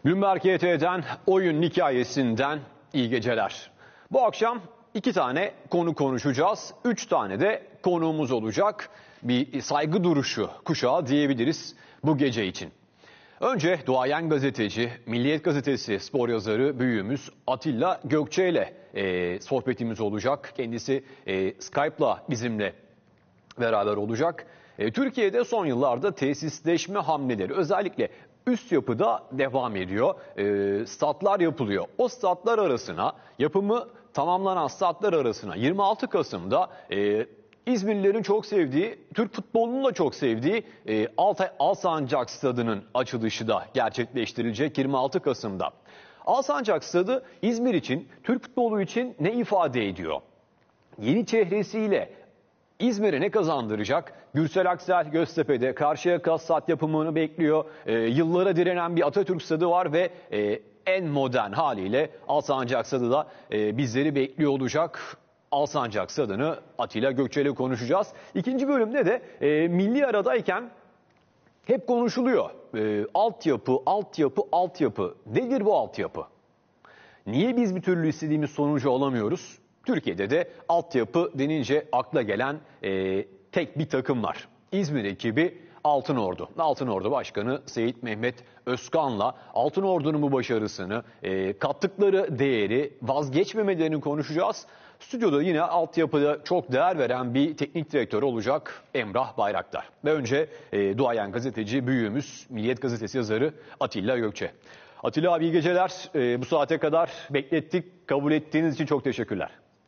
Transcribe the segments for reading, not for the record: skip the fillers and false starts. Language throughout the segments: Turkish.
Bloomberg YT'den oyun hikayesinden iyi geceler. Bu akşam 2 tane konu konuşacağız. 3 tane de konuğumuz olacak. Bir saygı duruşu kuşağı diyebiliriz bu gece için. Önce duayen gazeteci, Milliyet Gazetesi spor yazarı büyüğümüz Atilla Gökçe ile sohbetimiz olacak. Kendisi Skype'la bizimle beraber olacak. Türkiye'de son yıllarda tesisleşme hamleleri özellikle üst yapıda devam ediyor. Statlar yapılıyor. O statlar arasına, yapımı tamamlanan statlar arasına 26 Kasım'da İzmirlilerin çok sevdiği, Türk futbolunun da çok sevdiği Alsancak Stadı'nın açılışı da gerçekleştirilecek 26 Kasım'da. Alsancak Stadı İzmir için, Türk futbolu için ne ifade ediyor? Yeni çehresiyle İzmir'e ne kazandıracak? Gürsel Aksel Göztepe'de Karşıyaka stat yapımını bekliyor. Yıllara direnen bir Atatürk Stadı var ve en modern haliyle Alsancak Stadı da bizleri bekliyor olacak. Alsancak Stadı'nı Atilla Gökçe ile konuşacağız. İkinci bölümde de milli aradayken hep konuşuluyor. Altyapı, altyapı, altyapı. Nedir bu altyapı? Niye biz bir türlü istediğimiz sonucu alamıyoruz? Türkiye'de de altyapı denince akla gelen tek bir takım var. İzmir ekibi Altınordu. Altınordu Başkanı Seyit Mehmet Özkan'la Altınordu'nun bu başarısını, kattıkları değeri, vazgeçmemelerini konuşacağız. Stüdyoda yine altyapıda çok değer veren bir teknik direktör olacak Emrah Bayraktar. Ve önce duayen gazeteci büyüğümüz Milliyet Gazetesi yazarı Atilla Gökçe. Atilla abi iyi geceler. Bu saate kadar beklettik. Kabul ettiğiniz için çok teşekkürler.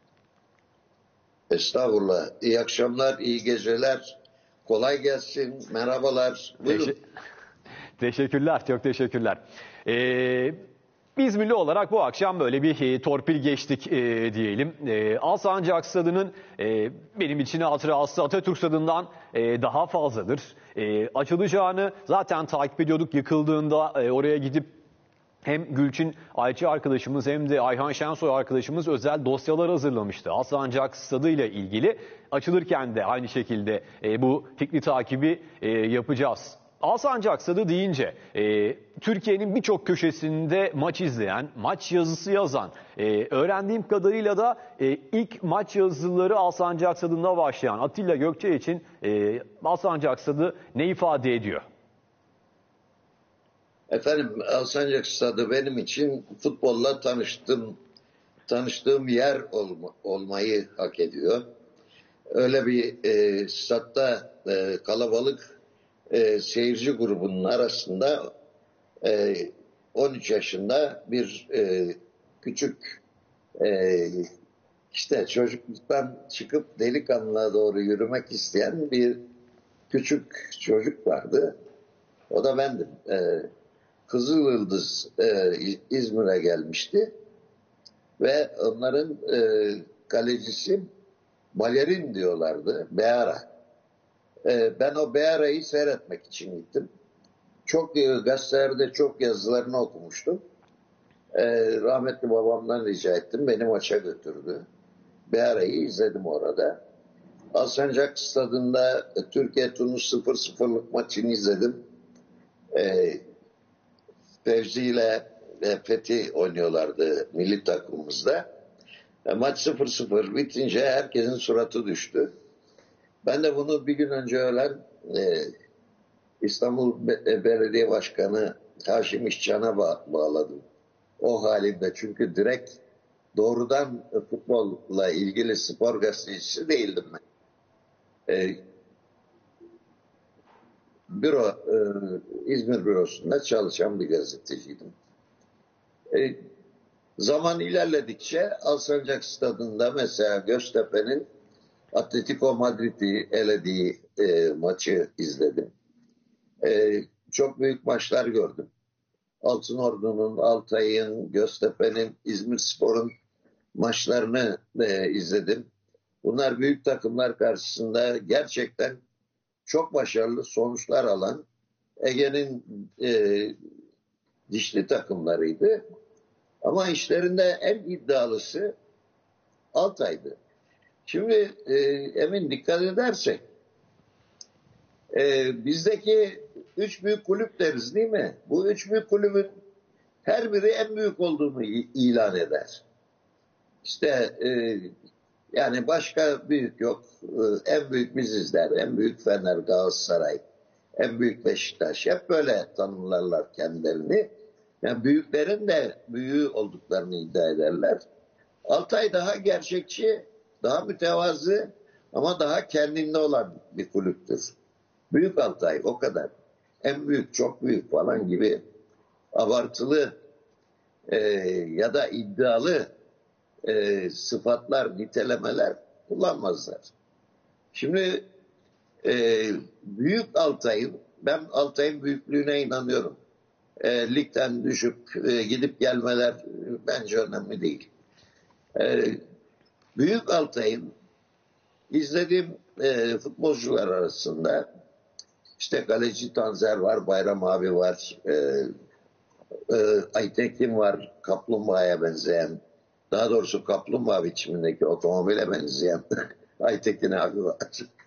Estağfurullah. İyi akşamlar, iyi geceler. Kolay gelsin. Merhabalar. Buyurun. Teşekkürler, çok teşekkürler. İzmirli olarak bu akşam böyle bir torpil geçtik diyelim. Alsancak Stadı'nın benim için hatırası Atatürk Stadı'ndan daha fazladır. Açılacağını zaten takip ediyorduk. Yıkıldığında oraya gidip hem Gülçin Ayçi arkadaşımız hem de Ayhan Şensoy arkadaşımız özel dosyalar hazırlamıştı. Alsancak Stadı ile ilgili açılırken de aynı şekilde bu fikri takibi yapacağız. Alsancak Stadı deyince Türkiye'nin birçok köşesinde maç izleyen, maç yazısı yazan, öğrendiğim kadarıyla da ilk maç yazıları Alsancak Stadı'nda başlayan Atilla Gökçe için Alsancak Stadı ne ifade ediyor? Efendim, Alsancak Stadı benim için futbolla tanıştığım yer olmayı hak ediyor. Öyle bir statta kalabalık seyirci grubunun arasında 13 yaşında bir küçük işte çocukluktan çıkıp delikanlılığa doğru yürümek isteyen bir küçük çocuk vardı. O da bendim. Kızılyıldız İzmir'e gelmişti ve onların kalecisi balerin diyorlardı, Beara. Ben o Beara'yı seyretmek için gittim. Çok gazetelerde çok yazılarını okumuştum. Rahmetli babamdan rica ettim, beni maça götürdü. Beara'yı izledim orada. Alsancak Stadı'nda Türkiye-Tunus 0-0'lık maçını izledim. Fevzi ile Fethi oynuyorlardı milli takımımızda. Maç 0-0 bitince herkesin suratı düştü. Ben de bunu bir gün önce öğlen İstanbul Belediye Başkanı Haşim İşcan'a bağladım. O halinde, çünkü direkt doğrudan futbolla ilgili spor gazetecisi değildim ben. İzmir bürosunda çalışan bir gazeteciydim. Zaman ilerledikçe Alsancak Stadı'nda mesela Göztepe'nin Atletico Madrid'i elediği maçı izledim. Çok büyük maçlar gördüm. Altınordu'nun, Altay'ın, Göztepe'nin, İzmirspor'un maçlarını izledim. Bunlar büyük takımlar karşısında gerçekten çok başarılı sonuçlar alan Ege'nin dişli takımlarıydı. Ama işlerinde en iddialısı Altay'dı. Şimdi Emin, dikkat edersek bizdeki üç büyük kulüp deriz değil mi? Bu üç büyük kulübün Her biri en büyük olduğunu ilan eder. İşte yani başka büyük yok. En büyük biziz der. En büyük Fener, Galatasaray, en büyük Beşiktaş. Hep böyle tanımlarlar kendilerini. Yani büyüklerin de büyüğü olduklarını iddia ederler. Altay daha gerçekçi, daha mütevazı ama daha kendinde olan bir kulüptür. Büyük Altay o kadar. En büyük, çok büyük falan gibi abartılı ya da iddialı sıfatlar, nitelemeler kullanmazlar. Şimdi büyük Altay'ın, ben Altay'ın büyüklüğüne inanıyorum. Ligden düşüp gidip gelmeler bence önemli değil. Büyük Altay'ın izlediğim futbolcular arasında işte kaleci Tanzer var, Bayram abi var, Aytekin var, kaplumbağaya benzeyen, daha doğrusu kaplumbağa biçimindeki otomobile benzeyen Aytekin abi var.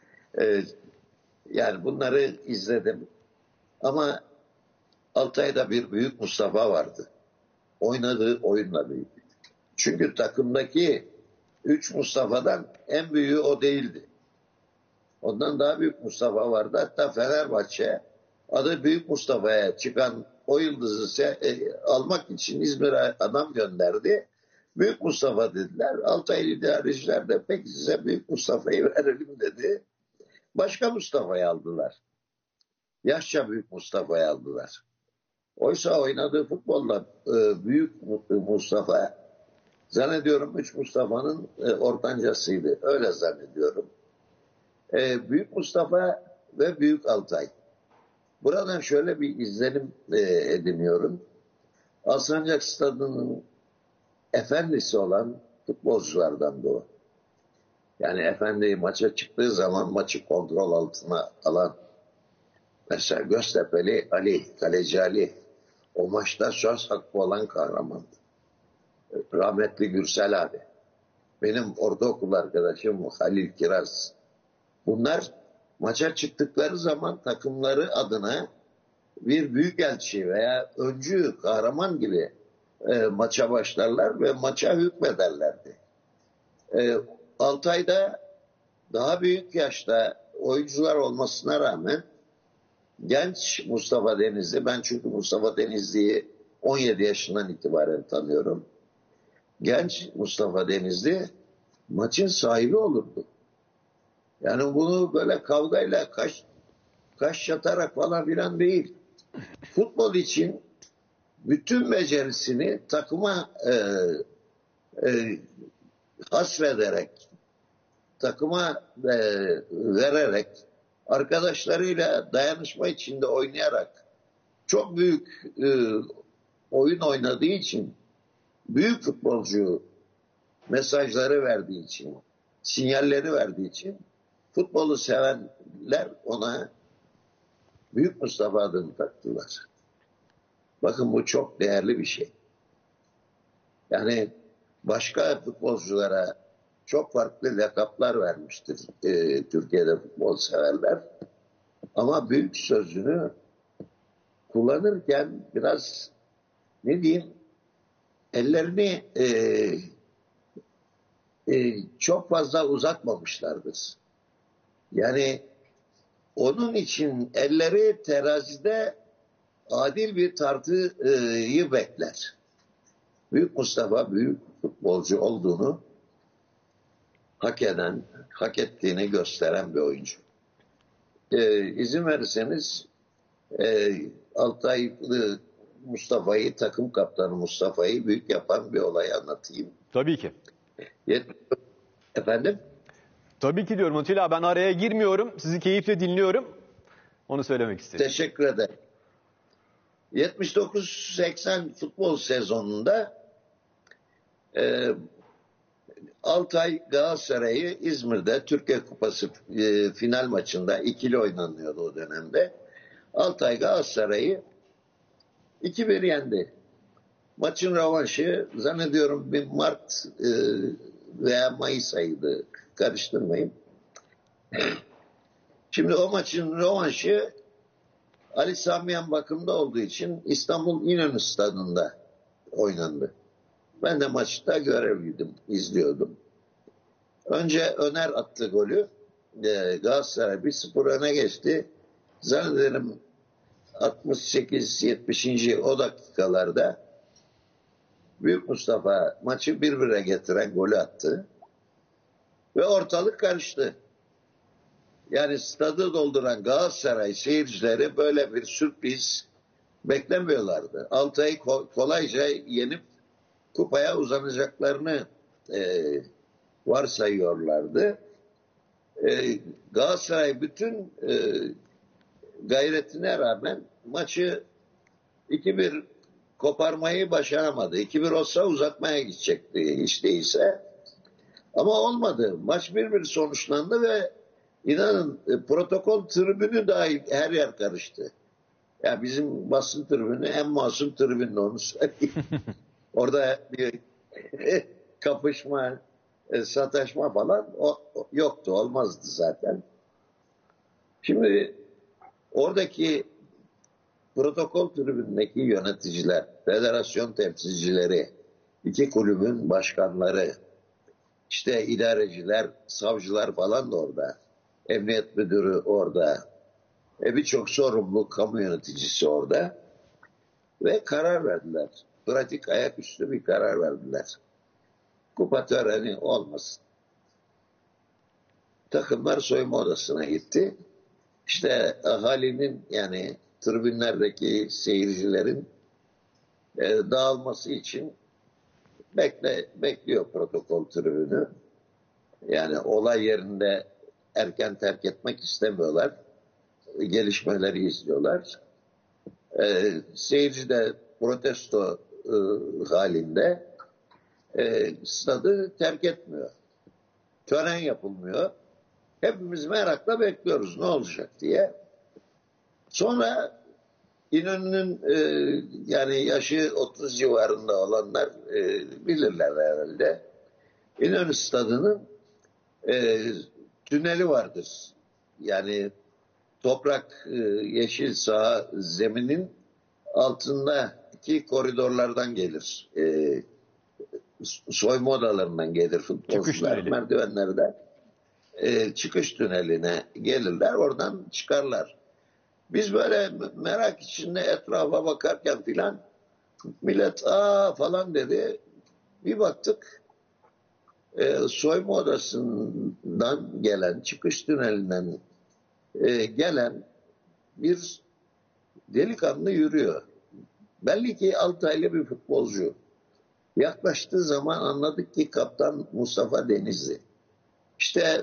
Yani bunları izledim. Ama Altay'da bir büyük Mustafa vardı. Oynadığı oyunla büyük. Çünkü takımdaki 3 Mustafa'dan en büyüğü o değildi. Ondan daha büyük Mustafa vardı. Hatta Fenerbahçe adı Büyük Mustafa'ya çıkan o yıldızı almak için İzmir'e adam gönderdi. Büyük Mustafa dediler. Altaylı idareciler de peki size Büyük Mustafa'yı verelim dedi. Başka Mustafa'yı aldılar. Yaşça Büyük Mustafa'yı aldılar. Oysa oynadığı futbolla Büyük Mustafa zannediyorum 3 Mustafa'nın ortancasıydı. Öyle zannediyorum. Büyük Mustafa ve Büyük Altay. Buradan şöyle bir izlenim ediniyorum. Alsancak Stadı'nın efendisi olan futbolculardan da o. Yani efendi maça çıktığı zaman maçı kontrol altına alan, mesela Göztepe'li Ali, Kaleci Ali, o maçta söz hakkı olan kahramandı. Rahmetli Gürsel abi. Benim ortaokul arkadaşım Halil Kiraz. Bunlar maça çıktıkları zaman takımları adına bir büyükelçi veya öncü kahraman gibi maça başlarlar ve maça hükmederlerdi. Altay'da daha büyük yaşta oyuncular olmasına rağmen genç Mustafa Denizli, ben çünkü Mustafa Denizli'yi 17 yaşından itibaren tanıyorum. Genç Mustafa Denizli maçın sahibi olurdu. Yani bunu böyle kavgayla kaş yatarak falan filan değil. Futbol için bütün becerisini takıma hasrederek, takıma vererek, arkadaşlarıyla dayanışma içinde oynayarak çok büyük oyun oynadığı için, büyük futbolcu mesajları verdiği için, sinyalleri verdiği için futbolu sevenler ona Büyük Mustafa adını taktılar. Bakın bu çok değerli bir şey. Yani başka futbolculara çok farklı lakaplar vermiştir Türkiye'de futbol severler. Ama büyük sözünü kullanırken biraz ne diyeyim ellerini çok fazla uzatmamışlardır. Yani onun için elleri terazide adil bir tartıyı bekler. Büyük Mustafa büyük futbolcu olduğunu hak ettiğini gösteren bir oyuncu. İzin verirseniz Altaylı Mustafa'yı, takım kaptanı Mustafa'yı büyük yapan bir olay anlatayım. Tabii ki. Efendim? Tabii ki diyorum Atilla, ben araya girmiyorum. Sizi keyifle dinliyorum. Onu söylemek istedim. Teşekkür ederim. 79-80 futbol sezonunda Altay Galatasaray'ı İzmir'de Türkiye Kupası final maçında ikili oynanıyordu o dönemde. Altay Galatasaray'ı 2-1 yendi. Maçın rövanşı zannediyorum bir Mart veya Mayıs ayıydı. Karıştırmayın. Şimdi o maçın rövanşı Ali Sami Yen bakımda olduğu için İstanbul İnönü Stadı'nda oynandı. Ben de maçta görevliydim, izliyordum. Önce Öner attı golü. Galatasaray 1-0 öne geçti. Zannederim 68-70. o dakikalarda Büyük Mustafa maçı 1-1'e getiren golü attı. Ve ortalık karıştı. Yani stadı dolduran Galatasaray seyircileri böyle bir sürpriz beklemiyorlardı. Altay'ı kolayca yenip kupaya uzanacaklarını varsayıyorlardı. Galatasaray bütün gayretine rağmen maçı 2-1 koparmayı başaramadı. 2-1 olsa uzatmaya gidecekti hiç değilse. Ama olmadı. Maç 1-1 sonuçlandı ve inanın protokol tribünü dahil her yer karıştı. Ya bizim basın tribünü en masum tribünde, onu söyleyeyim. Orada bir kapışma, sataşma falan yoktu, olmazdı zaten. Şimdi oradaki protokol tribünündeki yöneticiler, federasyon temsilcileri, iki kulübün başkanları, işte idareciler, savcılar falan da orada. Emniyet müdürü orada. Birçok sorumlu kamu yöneticisi orada. Ve karar verdiler. Pratik ayaküstü bir karar verdiler. Kupa töreni olmasın. Takımlar soyunma odasına gitti. İşte ahalinin, yani tribünlerdeki seyircilerin dağılması için bekliyor protokol tribünü. Yani olay yerinde erken terk etmek istemiyorlar. Gelişmeleri izliyorlar. Seyirci de protesto halinde stadı terk etmiyor. Tören yapılmıyor. Hepimiz merakla bekliyoruz ne olacak diye. Sonra İnönü'nün yani yaşı 30 civarında olanlar bilirler herhalde. İnönü Stadı'nın tüneli vardır. Yani toprak, yeşil saha zeminin altındaki koridorlardan gelir. Soyunma odalarından gelir futbolcular. Merdivenlerden çıkış tüneline gelirler. Oradan çıkarlar. Biz böyle merak içinde etrafa bakarken filan millet falan dedi. Bir baktık soyunma odasından gelen, çıkış tünelinden gelen bir delikanlı yürüyor. Belli ki Altaylı bir futbolcu. Yaklaştığı zaman anladık ki Kaptan Mustafa Denizli. İşte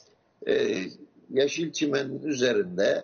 yeşil çimenin üzerinde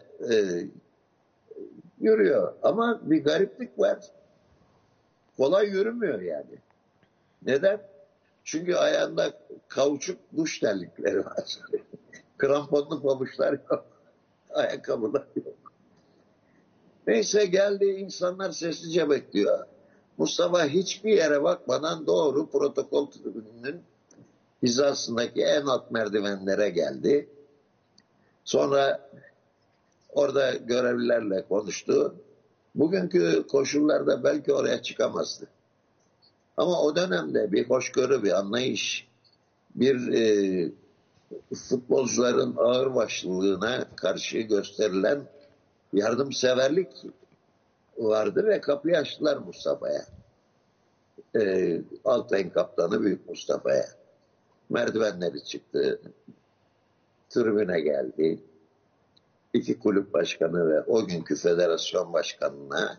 yürüyor. Ama bir gariplik var. Kolay yürümüyor yani. Neden? Çünkü ayağında kauçuk duş terlikleri var. Kramponlu pabuçlar yok. Ayakkabılar yok. Neyse geldi, insanlar sessizce bekliyor. Mustafa hiçbir yere bakmadan doğru protokol tribününün hizasındaki en alt merdivenlere geldi. Sonra orada görevlilerle konuştu. Bugünkü koşullarda belki oraya çıkamazdı. Ama o dönemde bir hoşgörü, bir anlayış, bir futbolcuların ağırbaşlılığına karşı gösterilen yardımseverlik vardı ve kapıyı açtılar Mustafa'ya. Altay'ın kaptanı Büyük Mustafa'ya. Merdivenleri çıktı. Tribüne geldi. İki kulüp başkanı ve o günkü federasyon başkanına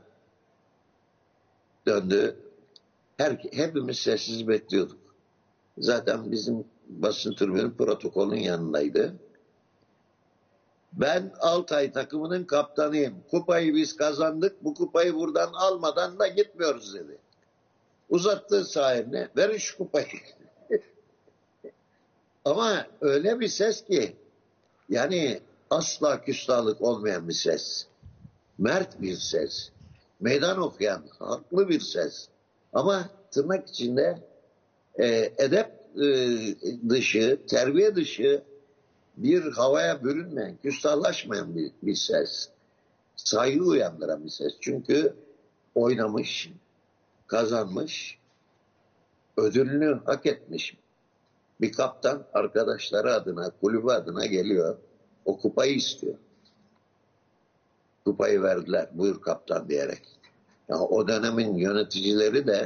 döndü. Hepimiz sessiz bekliyorduk. Zaten bizim basın tribünü protokolün yanındaydı. Ben Altay takımının kaptanıyım. Kupayı biz kazandık. Bu kupayı buradan almadan da gitmiyoruz dedi. Uzattı sahibine. Verin şu kupayı. Ama öyle bir ses ki yani asla küstahlık olmayan bir ses. Mert bir ses. Meydan okuyan, haklı bir ses. Ama tırnak içinde edep dışı, terbiye dışı bir havaya bürünmeyen, küstahlaşmayan bir ses. Saygı uyandıran bir ses. Çünkü oynamış, kazanmış, ödülünü hak etmiş bir kaptan arkadaşları adına, kulübü adına geliyor. O kupayı istiyor. Kupayı verdiler, buyur kaptan diyerek. Ya o dönemin yöneticileri de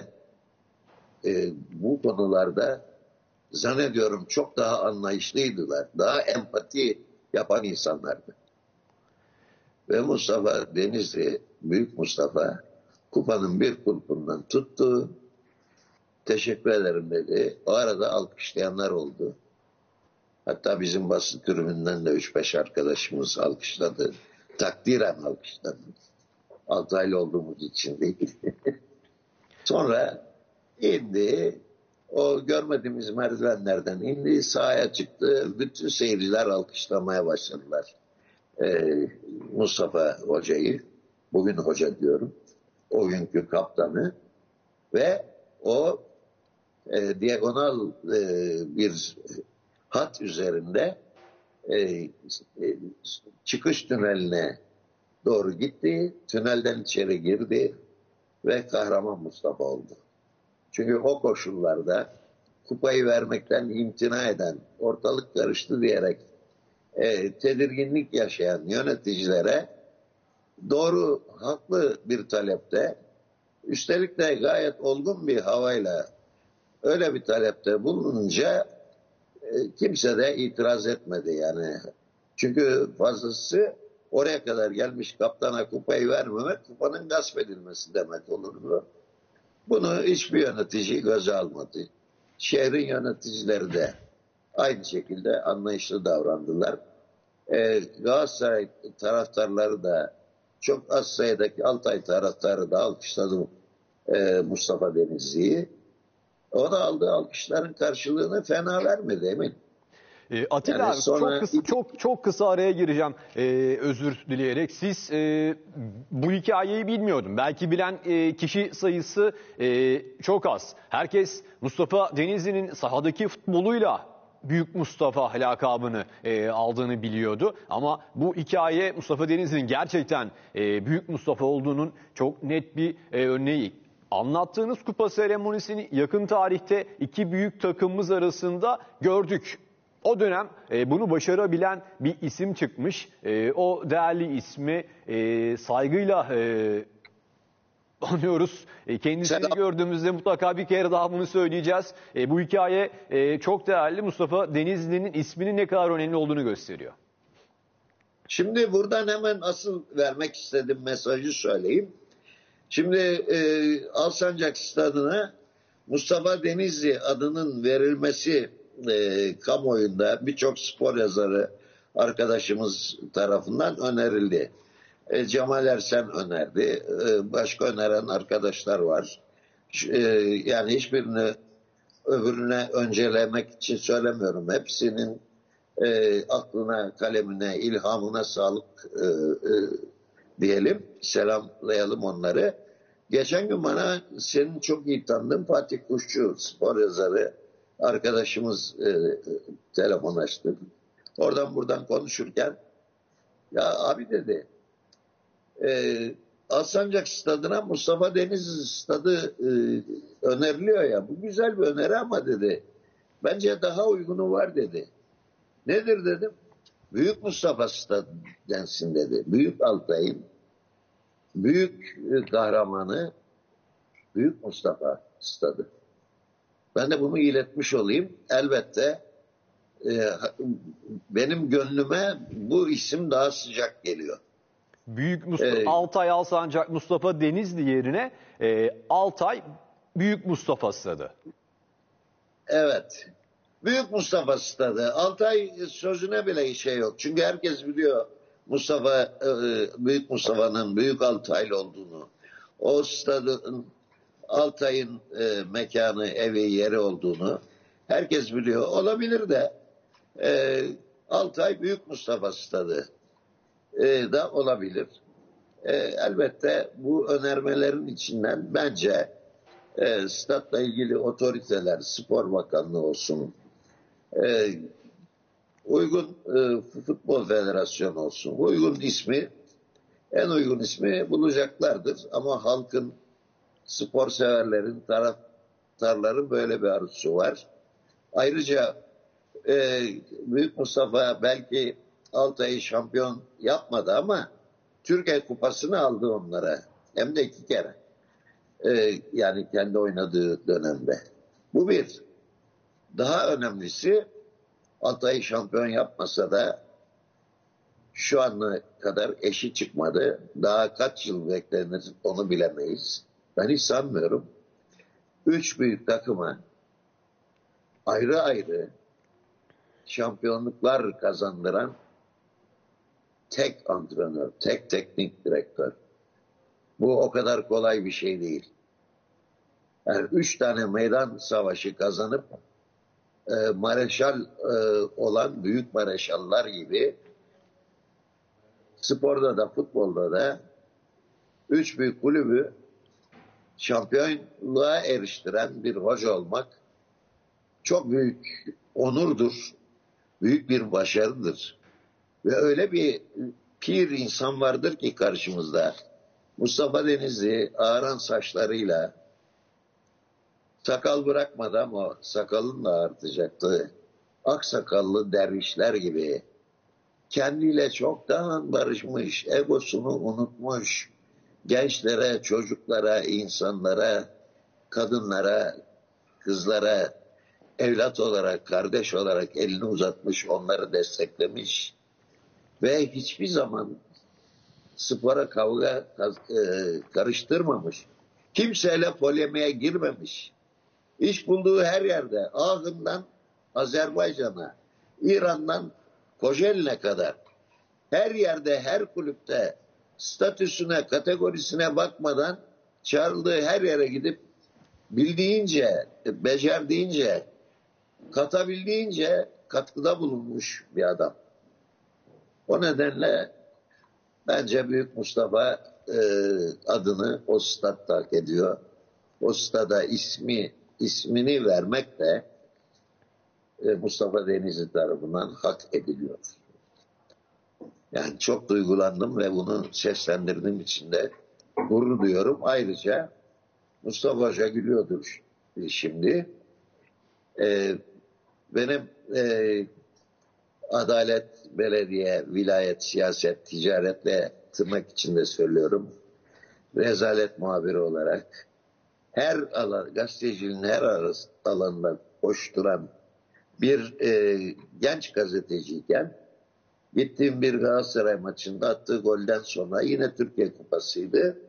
bu konularda zannediyorum çok daha anlayışlıydılar. Daha empati yapan insanlardı. Ve Mustafa Denizli, Büyük Mustafa kupanın bir kulpundan tuttu. Teşekkür ederim dedi. O arada alkışlayanlar oldu. Hatta bizim basın tribünden de 3-5 arkadaşımız alkışladı. Takdiren alkışladı. Altaylı olduğumuz için değil. Sonra indi. O görmediğimiz merdivenlerden indi. Sahaya çıktı. Bütün seyirciler alkışlamaya başladılar. Mustafa Hoca'yı. Bugün hoca diyorum. O günkü kaptanı. Ve o diagonal bir hat üzerinde çıkış tüneline doğru gitti. Tünelden içeri girdi ve kahraman Mustafa oldu. Çünkü o koşullarda kupayı vermekten imtina eden, ortalık karıştı diyerek tedirginlik yaşayan yöneticilere doğru, haklı bir talepte, üstelik de gayet olgun bir havayla öyle bir talepte bulununca kimse de itiraz etmedi yani. Çünkü fazlası oraya kadar gelmiş kaptana kupayı vermemek, kupanın gasp edilmesi demek olurdu. Bunu hiçbir yönetici göze almadı. Şehrin yöneticileri de aynı şekilde anlayışlı davrandılar. Galatasaray taraftarları da çok az sayıdaki Altay taraftarı da alkışladı Mustafa Denizli'yi. O da aldığı alkışların karşılığını fena vermedi Emin. Atilla Yani abi sonra... çok kısa araya gireceğim özür dileyerek. Siz bu hikayeyi bilmiyordum. Belki bilen kişi sayısı çok az. Herkes Mustafa Denizli'nin sahadaki futboluyla Büyük Mustafa lakabını aldığını biliyordu. Ama bu hikaye Mustafa Denizli'nin gerçekten Büyük Mustafa olduğunun çok net bir örneği. Anlattığınız kupa seremonisini yakın tarihte iki büyük takımımız arasında gördük. O dönem bunu başarabilen bir isim çıkmış. O değerli ismi saygıyla anıyoruz. Kendisini gördüğümüzde mutlaka bir kere daha bunu söyleyeceğiz. Bu hikaye çok değerli. Mustafa Denizli'nin isminin ne kadar önemli olduğunu gösteriyor. Şimdi buradan hemen asıl vermek istediğim mesajı söyleyeyim. Şimdi Alsancak Stadı'na Mustafa Denizli adının verilmesi kamuoyunda birçok spor yazarı arkadaşımız tarafından önerildi. Cemal Ersen önerdi. Başka öneren arkadaşlar var. Yani hiçbirini öbürüne öncelemek için söylemiyorum. Hepsinin aklına, kalemine, ilhamına sağlık diyelim. Selamlayalım onları. Geçen gün bana senin çok iyi tanıdığın Fatih Kuşçu spor yazarı arkadaşımız telefon açtı. Oradan buradan konuşurken ya abi dedi Alsancak Stadı'na Mustafa Denizli Stadı öneriliyor ya. Bu güzel bir öneri ama dedi bence daha uygunu var dedi. Nedir dedim. Büyük Mustafa Stadı densin dedi. Büyük Altay'ın büyük kahramanı Büyük Mustafa Stadı. Ben de bunu iletmiş olayım. Elbette benim gönlüme bu isim daha sıcak geliyor. Büyük Mustafa, Altay Alsancak Mustafa Denizli yerine Altay Büyük Mustafa Stadı. Evet. Büyük Mustafa Stadı. Altay sözüne bile şey yok. Çünkü herkes biliyor Mustafa Büyük Mustafa'nın Büyük Altaylı olduğunu. O stadın Altay'ın mekanı, evi, yeri olduğunu herkes biliyor. Olabilir de Altay Büyük Mustafa Stadı da olabilir. Elbette bu önermelerin içinden bence statla ilgili otoriteler, Spor Bakanlığı olsun, uygun Futbol Federasyonu olsun, uygun ismi, en uygun ismi bulacaklardır. Ama halkın spor severlerin, taraftarların böyle bir arzusu var. Ayrıca Büyük Mustafa belki Altay'ı şampiyon yapmadı ama Türkiye Kupası'nı aldı onlara. Hem de 2 kere. Yani kendi oynadığı dönemde. Bu bir. Daha önemlisi Altay'ı şampiyon yapmasa da şu ana kadar eşi çıkmadı. Daha kaç yıl beklenir onu bilemeyiz. Ben hiç sanmıyorum. 3 büyük takıma ayrı ayrı şampiyonluklar kazandıran tek antrenör, tek teknik direktör. Bu o kadar kolay bir şey değil. Yani 3 tane meydan savaşı kazanıp mareşal olan büyük mareşallar gibi sporda da futbolda da 3 büyük kulübü şampiyonluğa eriştiren bir hoca olmak çok büyük onurdur. Büyük bir başarıdır. Ve öyle bir pir insan vardır ki karşımızda. Mustafa Denizli ağaran saçlarıyla sakal bırakmadı ama sakalın da artacaktı. Aksakallı dervişler gibi kendiyle çoktan barışmış, egosunu unutmuş, gençlere, çocuklara, insanlara, kadınlara, kızlara evlat olarak, kardeş olarak elini uzatmış, onları desteklemiş ve hiçbir zaman spora kavga karıştırmamış. Kimseyle polemiğe girmemiş. İş bulduğu her yerde, Ağrı'dan Azerbaycan'a, İran'dan Kocaeli'ne kadar her yerde, her kulüpte statüsüne, kategorisine bakmadan çağrıldığı her yere gidip bildiğince, becerdiğince, katabildiğince katkıda bulunmuş bir adam. O nedenle bence Büyük Mustafa adını o stat hak ediyor. O stada ismini vermek de Mustafa Denizli tarafından hak ediliyor. Yani çok duygulandım ve bunu seslendirdiğim için de gurur duyuyorum. Ayrıca Mustafa Hoca gülüyordur şimdi. Benim adalet, belediye, vilayet, siyaset, ticaretle tırnak içinde söylüyorum. Rezalet muhabiri olarak her alan, gazeteciliğin her alanında koşturan bir genç gazeteciyken gittiğim bir Galatasaray maçında attığı golden sonra yine Türkiye Kupası'ydı.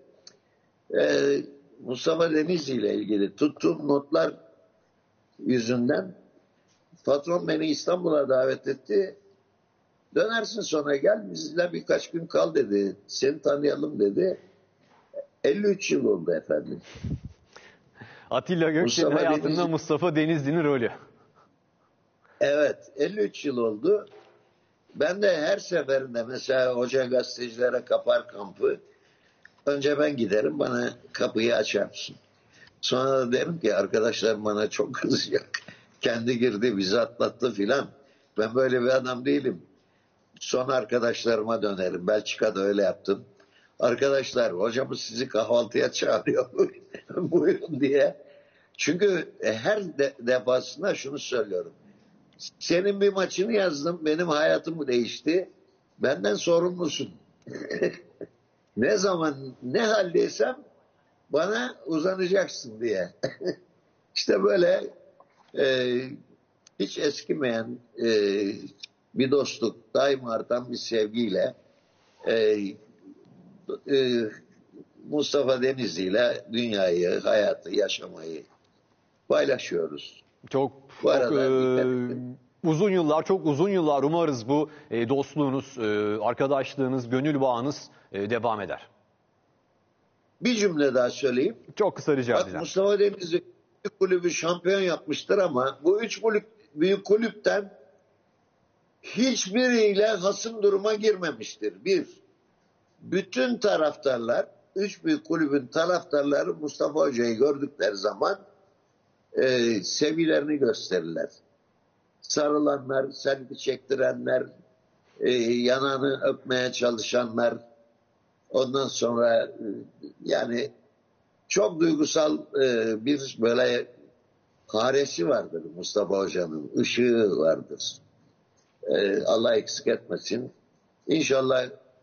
Mustafa Denizli ile ilgili tuttuğum notlar yüzünden patron beni İstanbul'a davet etti. Dönersin sonra gel bizle birkaç gün kal dedi. Seni tanıyalım dedi. 53 yıl oldu efendim. Atilla Gökçe'nin hayatında Mustafa Denizli'nin rolü. Evet, 53 yıl oldu. Ben de her seferinde mesela hoca gazetecilere kapar kampı. Önce ben giderim, bana kapıyı açar mısın? Sonra da derim ki arkadaşlar bana çok kızacak. Kendi girdi, bizi atlattı filan. Ben böyle bir adam değilim. Son arkadaşlarıma dönerim. Belçika'da öyle yaptım. Arkadaşlar hocamız sizi kahvaltıya çağırıyor. Buyurun diye. Çünkü her defasında şunu söylüyorum. Senin bir maçını yazdım. Benim hayatım değişti. Benden sorumlusun. Ne zaman ne haldeysem bana uzanacaksın diye. İşte böyle hiç eskimeyen bir dostluk, daima artan bir sevgiyle Mustafa Denizli ile dünyayı, hayatı, yaşamayı paylaşıyoruz. Çok çok uzun yıllar umarız bu dostluğunuz, arkadaşlığınız, gönül bağınız devam eder. Bir cümle daha söyleyeyim. Çok kısa rica edeceğim. Mustafa Denizli kulübü şampiyon yapmıştır ama bu 3 büyük kulüpten hiçbiriyle hasım duruma girmemiştir. Bütün taraftarlar, 3 büyük kulübün taraftarları Mustafa Hoca'yı gördükleri zaman sevgilerini gösterirler. Sarılanlar, selfie çektirenler, yanağını öpmeye çalışanlar, ondan sonra yani çok duygusal bir böyle karesi vardır Mustafa Hoca'nın. Işığı vardır. Allah eksik etmesin. İnşallah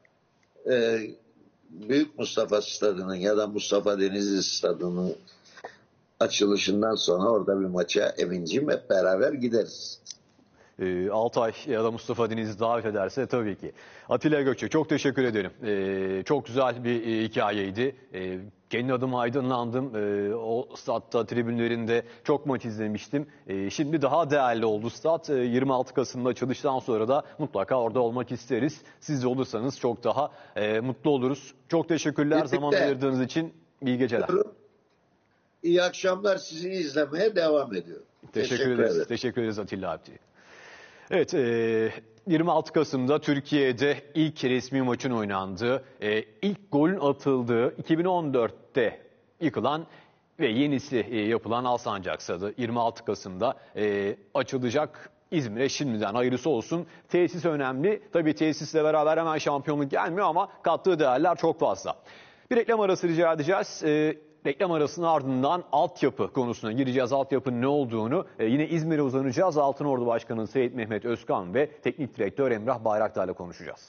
Büyük Mustafa Stadı'nın ya da Mustafa Denizli Stadı'nın açılışından sonra orada bir maça emincim hep beraber gideriz. Altay ya da Mustafa Denizli davet ederse tabii ki. Atilla Gökçek, çok teşekkür ederim. Çok güzel bir hikayeydi. Kendi adıma aydınlandım. O statta, tribünlerinde çok maç izlemiştim. Şimdi daha değerli oldu stat. 26 Kasım'da açılıştan sonra da mutlaka orada olmak isteriz. Siz de olursanız çok daha mutlu oluruz. Çok teşekkürler Birlikte. zaman ayırdığınız için. İyi geceler. İyi akşamlar, sizi izlemeye devam ediyorum. Teşekkür ederiz. Teşekkür ederiz Atilla abi. Evet, 26 Kasım'da Türkiye'de ilk resmi maçın oynandığı, ilk golün atıldığı 2014'te yıkılan ve yenisi yapılan Alsancak Stadı 26 Kasım'da açılacak. İzmir'e şimdiden hayırlısı olsun. Tesis önemli. Tabii tesisle beraber hemen şampiyonluk gelmiyor ama kattığı değerler çok fazla. Bir reklam arası rica edeceğiz. Reklam arasının ardından altyapı konusuna gireceğiz. Altyapının ne olduğunu yine İzmir'e uzanacağız. Altınordu Başkanı Seyit Mehmet Özkan ve Teknik Direktör Emrah Bayraktar'la konuşacağız.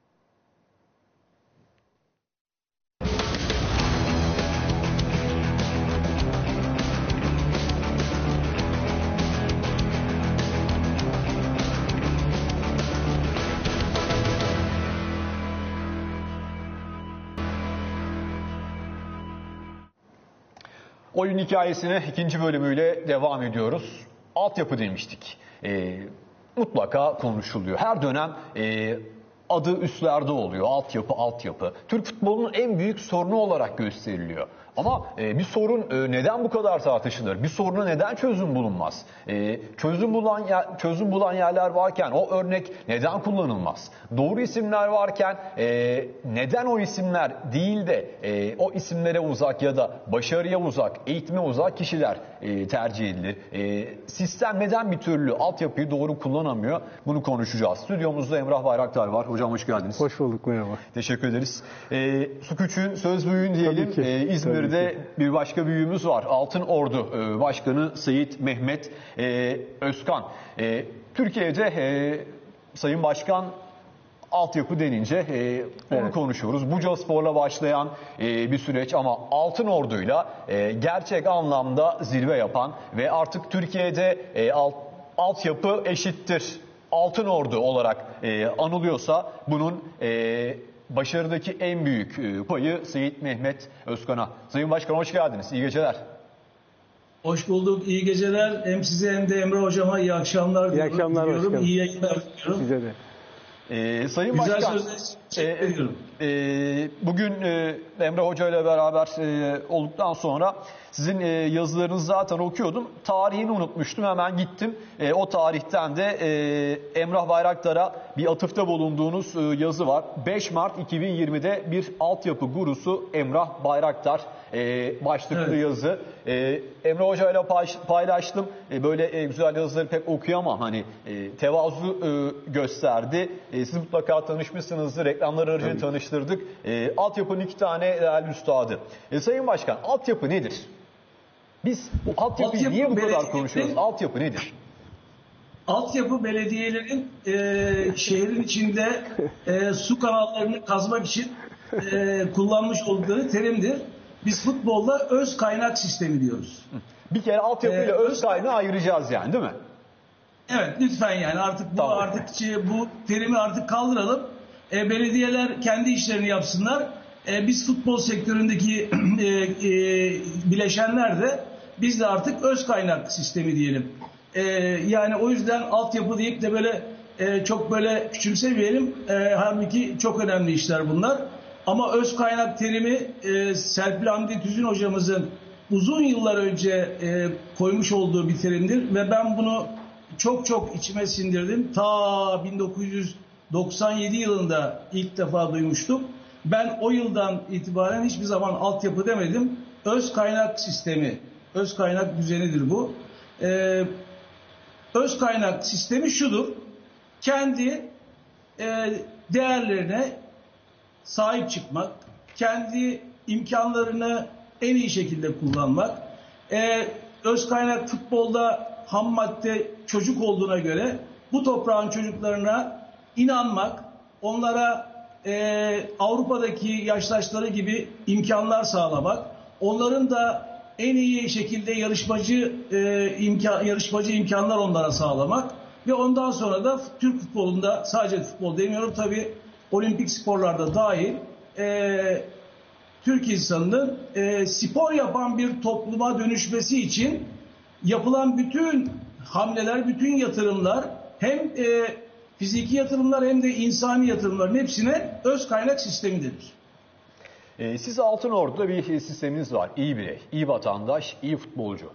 Oyun hikayesine ikinci bölümüyle devam ediyoruz. Altyapı demiştik. Mutlaka konuşuluyor. Her dönem adı üstlerde oluyor. Altyapı. Türk futbolunun en büyük sorunu olarak gösteriliyor. Ama bir sorun neden bu kadar tartışılır? Bir soruna neden çözüm bulunmaz? Çözüm bulan yerler varken o örnek neden kullanılmaz? Doğru isimler varken neden o isimler değil de o isimlere uzak ya da başarıya uzak, eğitime uzak kişiler tercih edilir? Sistem neden bir türlü altyapıyı doğru kullanamıyor? Bunu konuşacağız. Stüdyomuzda Emrah Bayraktar var. Hocam hoş geldiniz. Hoş bulduk, merhaba. Teşekkür ederiz. Su küçüğün söz büyüğün diyelim. İzmir'de bir başka büyüğümüz var. Altınordu Başkanı Seyit Mehmet Özkan. Türkiye'de Sayın Başkan altyapı denince onu konuşuyoruz. Bucaspor'la başlayan bir süreç ama Altınordu'yla gerçek anlamda zirve yapan ve artık Türkiye'de altyapı eşittir Altınordu olarak anılıyorsa bunun başarıdaki en büyük payı Seyit Mehmet Özkan'a. Sayın Başkan hoş geldiniz. İyi geceler. Hoş bulduk. İyi geceler. Hem size hem de Emre Hocama iyi akşamlar diliyorum. İyi akşamlar başkanım. İyi yayınlar diliyorum. Size de. Sayın Güzel Başkan, sözler bugün Emre Hoca ile beraber olduktan sonra sizin yazılarınızı zaten okuyordum. Tarihini unutmuştum, hemen gittim. O tarihten de Emrah Bayraktar'a bir atıfta bulunduğunuz yazı var. 5 Mart 2020'de bir altyapı gurusu Emrah Bayraktar başlıklı yazı. Emre Hoca ile paylaştım. Böyle güzel yazıları pek okuyamam. Hani tevazu gösterdi. Siz mutlaka tanışmışsınızdır. Reklamlar aracılığıyla tanıştırdık. Altyapının 2 tane değerli üstadı. Sayın Başkan, altyapı nedir? Biz bu altyapıyı niye bu kadar konuşuyoruz? Altyapı nedir? Altyapı belediyelerin şehrin içinde su kanallarını kazmak için kullanmış oldukları terimdir. Biz futbolda öz kaynak sistemi diyoruz. Bir kere altyapıyla öz kaynağı ayıracağız yani, değil mi? Evet, lütfen yani artık bu Tamam. bu terimi artık kaldıralım. Belediyeler kendi işlerini yapsınlar. Biz futbol sektöründeki bileşenler de biz de artık öz kaynak sistemi diyelim. Yani o yüzden altyapı deyip de böyle çok böyle küçümsemeyelim. Halbuki çok önemli işler bunlar. Ama öz kaynak terimi Serpil Hamdi Tüzün hocamızın uzun yıllar önce koymuş olduğu bir terimdir ve ben bunu çok içime sindirdim. Ta 1997 yılında ilk defa duymuştum. Ben o yıldan itibaren hiçbir zaman altyapı demedim. Öz kaynak sistemi, öz kaynak düzenidir bu. Öz kaynak sistemi şudur. Kendi değerlerine sahip çıkmak, kendi imkanlarını en iyi şekilde kullanmak. Öz kaynak futbolda ham madde çocuk olduğuna göre bu toprağın çocuklarına inanmak, onlara Avrupa'daki yaştaşları gibi imkanlar sağlamak, onların da en iyi şekilde yarışmacı imkanlar onlara sağlamak ve ondan sonra da Türk futbolunda, sadece futbol demiyorum tabii, olimpik sporlarda dahil Türk insanının spor yapan bir topluma dönüşmesi için yapılan bütün hamleler, bütün yatırımlar, hem fiziki yatırımlar hem de insani yatırımların hepsine öz kaynak sistemi denir. Siz Altınordu'da bir sisteminiz var. İyi birey, iyi vatandaş, iyi futbolcu.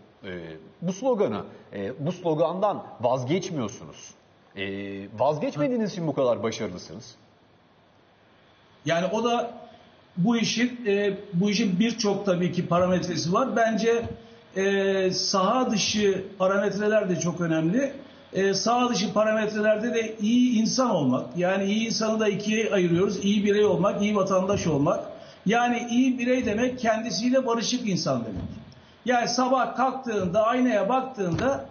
Bu slogandan vazgeçmiyorsunuz. Vazgeçmediğiniz için bu kadar başarılısınız. Yani o da bu işin birçok tabii ki parametresi var. Bence saha dışı parametreler de çok önemli. Saha dışı parametrelerde de iyi insan olmak. Yani iyi insanı da ikiye ayırıyoruz. İyi birey olmak, iyi vatandaş olmak. Yani iyi birey demek kendisiyle barışık insan demek. Yani sabah kalktığında, aynaya baktığında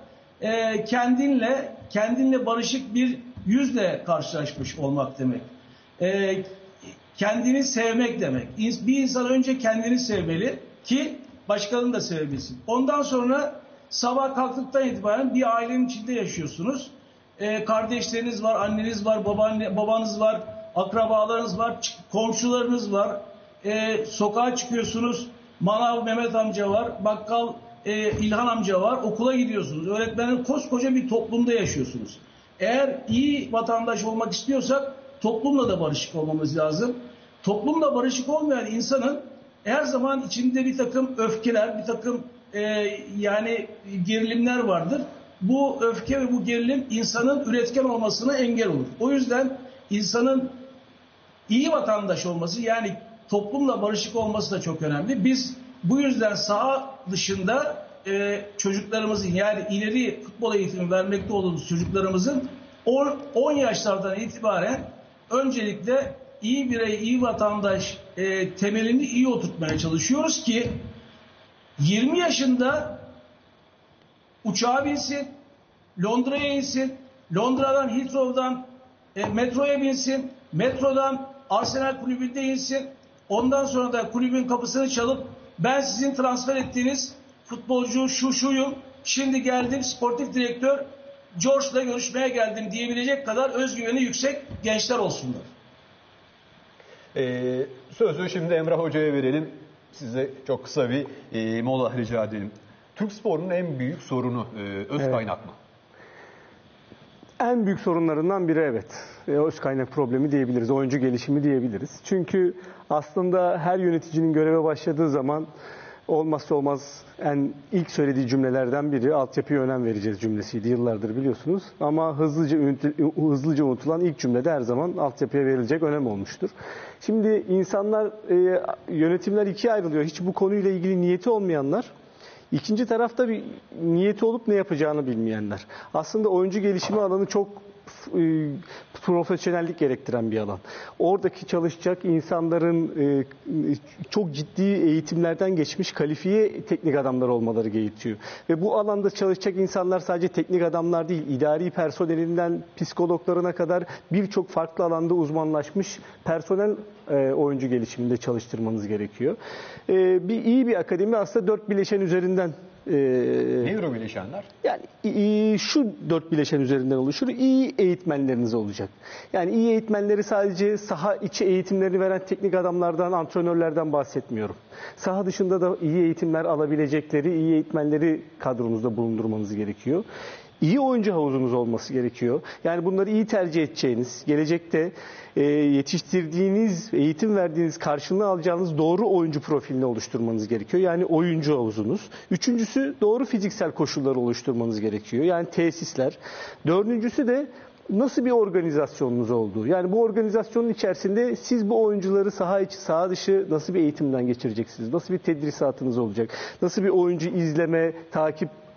kendinle barışık bir yüzle karşılaşmış olmak demek. Kendini sevmek demek. Bir insan önce kendini sevmeli ki başkalarını da sevebilsin. Ondan sonra sabah kalktıktan itibaren bir ailenin içinde yaşıyorsunuz. Kardeşleriniz var, anneniz var, babanız var, akrabalarınız var, komşularınız var. Sokağa çıkıyorsunuz, manav Mehmet amca var, bakkal İlhan amca var, okula gidiyorsunuz. Öğretmenin, koskoca bir toplumda yaşıyorsunuz. Eğer iyi vatandaş olmak istiyorsak toplumla da barışık olmamız lazım. Toplumla barışık olmayan insanın her zaman içinde bir takım öfkeler, bir takım yani gerilimler vardır. Bu öfke ve bu gerilim insanın üretken olmasına engel olur. O yüzden insanın iyi vatandaş olması, yani toplumla barışık olması da çok önemli. Biz bu yüzden saha dışında çocuklarımızın, yani ileri futbol eğitimi vermekte olduğumuz çocuklarımızın 10 yaşlardan itibaren öncelikle iyi birey, iyi vatandaş temelini iyi oturtmaya çalışıyoruz ki 20 yaşında uçağa binsin, Londra'ya insin, Londra'dan Heathrow'dan metroya binsin, metrodan Arsenal kulübünde insin, ondan sonra da kulübün kapısını çalıp ben sizin transfer ettiğiniz futbolcu şuyum, şimdi geldim sportif direktör George'la görüşmeye geldim diyebilecek kadar özgüveni yüksek gençler olsunlar. Sözü şimdi Emrah Hoca'ya verelim. Size çok kısa bir mola rica edelim. Türk sporunun en büyük sorunu öz kaynak mı? En büyük sorunlarından biri evet. Öz kaynak problemi diyebiliriz. Oyuncu gelişimi diyebiliriz. Çünkü aslında her yöneticinin göreve başladığı zaman olmazsa olmaz ilk söylediği cümlelerden biri altyapıya önem vereceğiz cümlesiydi yıllardır biliyorsunuz. Ama hızlıca unutulan ilk cümlede her zaman altyapıya verilecek önem olmuştur. Şimdi insanlar, yönetimler ikiye ayrılıyor. Hiç bu konuyla ilgili niyeti olmayanlar, İkinci tarafta bir niyeti olup ne yapacağını bilmeyenler. Aslında oyuncu gelişimi alanı çok profesyonellik gerektiren bir alan. Oradaki çalışacak insanların çok ciddi eğitimlerden geçmiş kalifiye teknik adamlar olmaları gerekiyor. Ve bu alanda çalışacak insanlar sadece teknik adamlar değil, idari personelinden psikologlarına kadar birçok farklı alanda uzmanlaşmış personel oyuncu gelişiminde çalıştırmanız gerekiyor. İyi bir akademi aslında 4 bileşen üzerinden. Nedir o bileşenler? Yani şu 4 bileşen üzerinden oluşur. İyi eğitmenleriniz olacak. Yani iyi eğitmenleri sadece saha içi eğitimlerini veren teknik adamlardan, antrenörlerden bahsetmiyorum. Saha dışında da iyi eğitimler alabilecekleri iyi eğitmenleri kadronuzda bulundurmanız gerekiyor. İyi oyuncu havuzunuz olması gerekiyor. Yani bunları iyi tercih edeceğiniz, gelecekte yetiştirdiğiniz, eğitim verdiğiniz, karşılığını alacağınız doğru oyuncu profilini oluşturmanız gerekiyor. Yani oyuncu havuzunuz. Üçüncüsü doğru fiziksel koşulları oluşturmanız gerekiyor. Yani tesisler. Dördüncüsü de nasıl bir organizasyonunuz olduğu. Yani bu organizasyonun içerisinde siz bu oyuncuları saha içi, saha dışı nasıl bir eğitimden geçireceksiniz? Nasıl bir tedrisatınız olacak? Nasıl bir oyuncu izleme, takip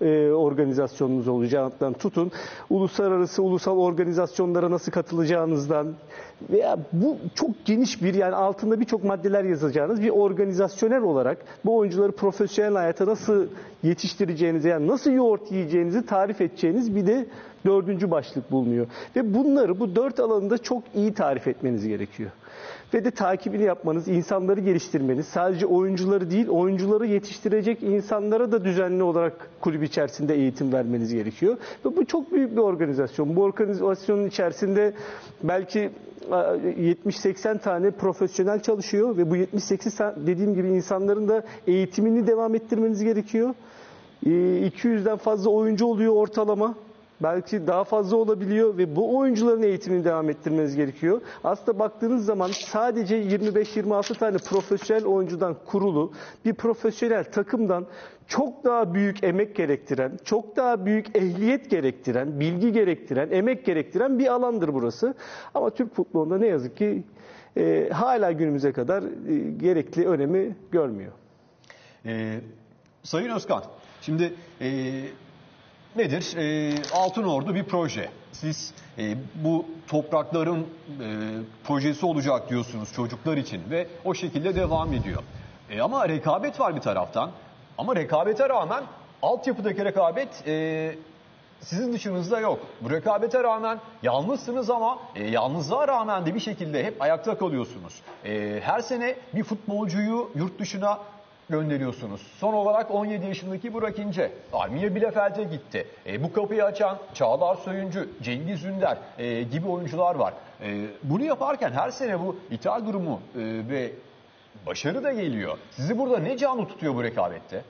organizasyonunuz olacağından tutun, uluslararası, ulusal organizasyonlara nasıl katılacağınızdan veya bu çok geniş bir, yani altında birçok maddeler yazacağınız bir organizasyonel olarak bu oyuncuları profesyonel hayata nasıl yetiştireceğinizi, yani nasıl yoğurt yiyeceğinizi tarif edeceğiniz bir de 4. başlık bulunuyor. Ve bunları bu 4 alanında çok iyi tarif etmeniz gerekiyor. Ve de takibini yapmanız, insanları geliştirmeniz, sadece oyuncuları değil, oyuncuları yetiştirecek insanlara da düzenli olarak kulüp içerisinde eğitim vermeniz gerekiyor. Ve bu çok büyük bir organizasyon. Bu organizasyonun içerisinde belki 70-80 tane profesyonel çalışıyor ve bu 78 dediğim gibi insanların da eğitimini devam ettirmeniz gerekiyor. 200'den fazla oyuncu oluyor ortalama. Belki daha fazla olabiliyor ve bu oyuncuların eğitimini devam ettirmeniz gerekiyor. Aslında baktığınız zaman sadece 25-26 tane profesyonel oyuncudan kurulu bir profesyonel takımdan çok daha büyük emek gerektiren, çok daha büyük ehliyet gerektiren, bilgi gerektiren, emek gerektiren bir alandır burası. Ama Türk futbolunda ne yazık ki hala günümüze kadar gerekli önemi görmüyor. Sayın Özkan, şimdi nedir? Altınordu bir proje. Siz bu toprakların projesi olacak diyorsunuz çocuklar için ve o şekilde devam ediyor. Ama rekabet var bir taraftan. Ama rekabete rağmen altyapıdaki rekabet sizin dışınızda yok. Bu rekabete rağmen yalnızsınız ama yalnızlığa rağmen de bir şekilde hep ayakta kalıyorsunuz. Her sene bir futbolcuyu yurt dışına gönderiyorsunuz. Son olarak 17 yaşındaki Burak İnce, Armiye Bielefeld'e gitti. Bu kapıyı açan Çağlar Söyüncü, Cengiz Ünder gibi oyuncular var. Bunu yaparken her sene bu ithal durumu ve başarı da geliyor. Sizi burada ne canlı tutuyor bu rekabette?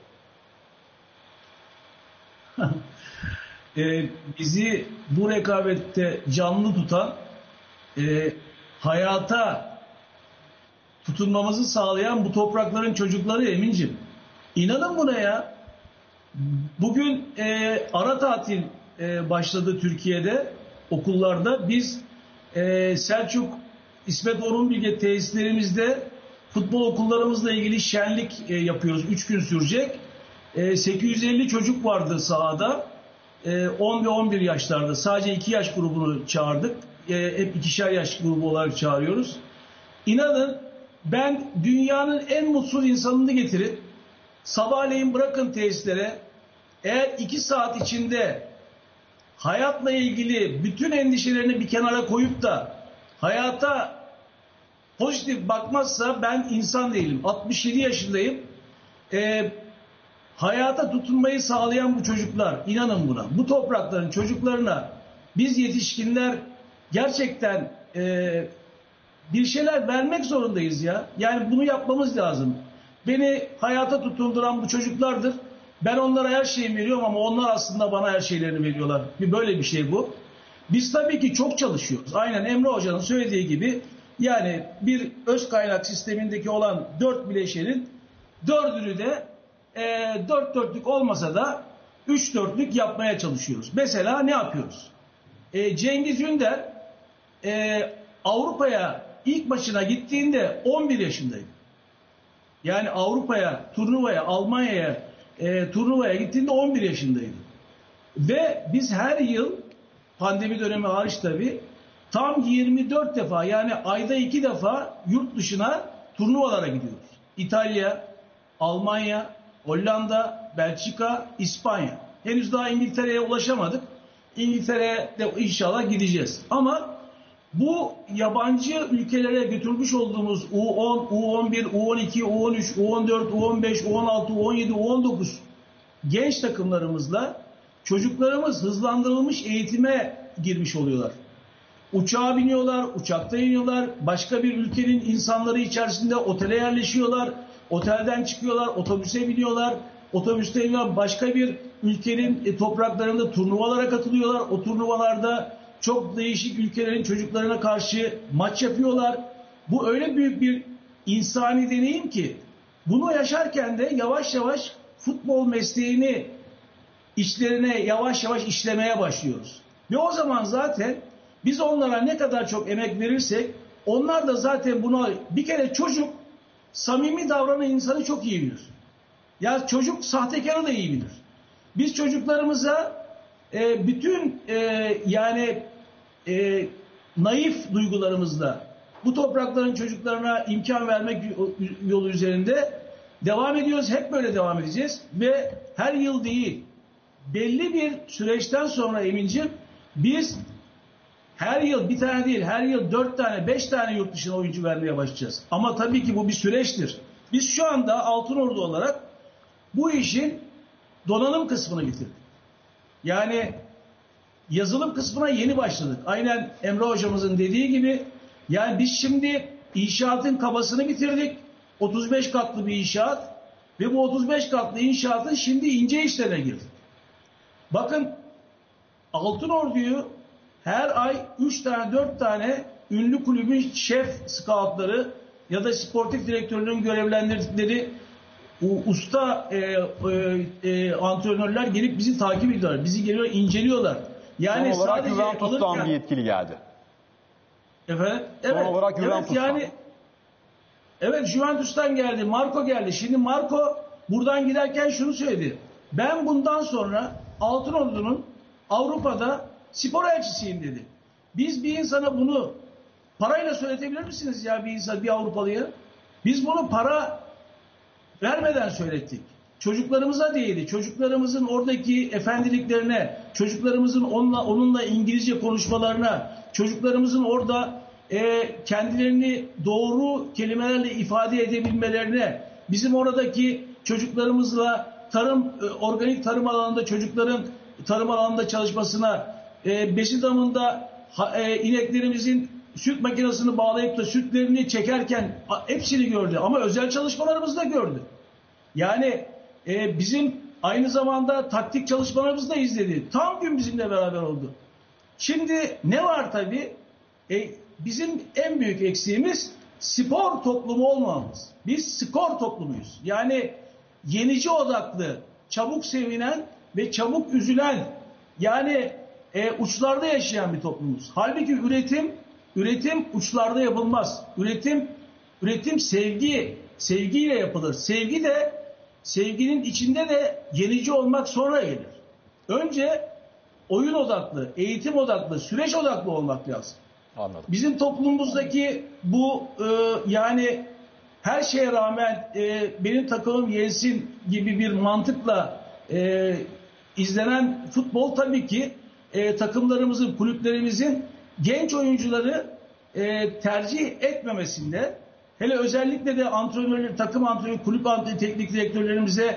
Bizi bu rekabette canlı tutan, hayata tutunmamızı sağlayan bu toprakların çocukları Emin'cim. İnanın buna ya. Bugün ara tatil başladı Türkiye'de, okullarda. Biz Selçuk İsmet Orhun Bilge tesislerimizde futbol okullarımızla ilgili şenlik yapıyoruz. 3 gün sürecek. 850 çocuk vardı sahada. 10 ve 11 yaşlarda. Sadece 2 yaş grubunu çağırdık. Hep 2'şer yaş grubu olarak çağırıyoruz. İnanın, ben dünyanın en mutsuz insanını getirip sabahleyin bırakın tesislere, eğer 2 saat içinde hayatla ilgili bütün endişelerini bir kenara koyup da hayata pozitif bakmazsa ben insan değilim. 67 yaşındayım. Hayata tutunmayı sağlayan bu çocuklar, inanın buna, bu toprakların çocuklarına biz yetişkinler gerçekten bir şeyler vermek zorundayız ya. Yani bunu yapmamız lazım. Beni hayata tutunduran bu çocuklardır. Ben onlara her şeyi veriyorum ama onlar aslında bana her şeylerini veriyorlar. Böyle bir şey bu. Biz tabii ki çok çalışıyoruz. Aynen Emre Hoca'nın söylediği gibi, yani bir öz kaynak sistemindeki olan 4 bileşenin 4'ünü de 4 dörtlük olmasa da 3 dörtlük yapmaya çalışıyoruz. Mesela ne yapıyoruz? Cengiz Ünder Avrupa'ya ilk maçına gittiğinde 11 yaşındaydı. Yani Avrupa'ya, turnuvaya, Almanya'ya turnuvaya gittiğinde 11 yaşındaydı. Ve biz her yıl, pandemi dönemi hariç tabii, tam 24 defa, yani ayda 2 defa yurt dışına turnuvalara gidiyoruz. İtalya, Almanya, Hollanda, Belçika, İspanya. Henüz daha İngiltere'ye ulaşamadık. İngiltere'ye de inşallah gideceğiz. Ama bu yabancı ülkelere götürmüş olduğumuz U10, U11, U12, U13, U14, U15, U16, U17, U19 genç takımlarımızla çocuklarımız hızlandırılmış eğitime girmiş oluyorlar. Uçağa biniyorlar, uçakta iniyorlar, başka bir ülkenin insanları içerisinde otele yerleşiyorlar, otelden çıkıyorlar, otobüse biniyorlar, otobüste iniyorlar, başka bir ülkenin topraklarında turnuvalara katılıyorlar. O turnuvalarda çok değişik ülkelerin çocuklarına karşı maç yapıyorlar. Bu öyle büyük bir insani deneyim ki, bunu yaşarken de yavaş yavaş futbol mesleğini içlerine yavaş yavaş işlemeye başlıyoruz. Ve o zaman zaten biz onlara ne kadar çok emek verirsek, onlar da zaten buna, bir kere çocuk samimi davranan insanı çok iyi bilir. Ya çocuk sahtekarı da iyi bilir. Biz çocuklarımıza bütün naif duygularımızla bu toprakların çocuklarına imkan vermek yolu üzerinde devam ediyoruz. Hep böyle devam edeceğiz. Ve her yıl değil, belli bir süreçten sonra Emin'ciğim, biz her yıl bir tane değil, her yıl 4 tane, 5 tane yurt dışına oyuncu vermeye başlayacağız. Ama tabii ki bu bir süreçtir. Biz şu anda Altınordu olarak bu işin donanım kısmını bitirdik. Yani yazılım kısmına yeni başladık. Aynen Emre hocamızın dediği gibi, yani biz şimdi inşaatın kabasını bitirdik. 35 katlı bir inşaat ve bu 35 katlı inşaatın şimdi ince işlerine girdik. Bakın, Altınordu'yu her ay 3 tane 4 tane ünlü kulübün şef scoutları ya da sportif direktörünün görevlendirdikleri usta antrenörler gelip bizi takip ediyorlar. Bizi geliyor, inceliyorlar. Yani son olarak sadece Juventus'tan bir yetkili geldi. Efendim? Son olarak Juventus'tan. Evet, Juventus'tan geldi. Marco geldi. Şimdi Marco buradan giderken şunu söyledi. Ben bundan sonra Altınordu'nun Avrupa'da spor elçisiyim dedi. Biz bir insana bunu parayla söyletebilir misiniz ya, bir Avrupalıya? Biz bunu para vermeden söylettik. Çocuklarımıza değdi. Çocuklarımızın oradaki efendiliklerine, çocuklarımızın onunla İngilizce konuşmalarına, çocuklarımızın orada kendilerini doğru kelimelerle ifade edebilmelerine, bizim oradaki çocuklarımızla organik tarım alanında çocukların tarım alanında çalışmasına, Beşidam'ında ineklerimizin süt makinesini bağlayıp da sütlerini çekerken hepsini gördü. Ama özel çalışmalarımızı da gördü. Yani bizim aynı zamanda taktik çalışmalarımızı da izledi. Tam gün bizimle beraber oldu. Şimdi ne var tabii? Bizim en büyük eksiğimiz spor toplumu olmamamız. Biz skor toplumuyuz. Yani yenici odaklı, çabuk sevinen ve çabuk üzülen, yani uçlarda yaşayan bir toplumuz. Halbuki üretim uçlarda yapılmaz. Üretim sevgiyle yapılır. Sevginin içinde de yenici olmak sonra gelir. Önce oyun odaklı, eğitim odaklı, süreç odaklı olmak lazım. Anladım. Bizim toplumumuzdaki bu yani her şeye rağmen benim takımım yensin gibi bir mantıkla izlenen futbol tabii ki takımlarımızın, kulüplerimizin genç oyuncuları tercih etmemesinde, hele özellikle de antrenörler, takım antrenörü, kulüp teknik direktörlerimize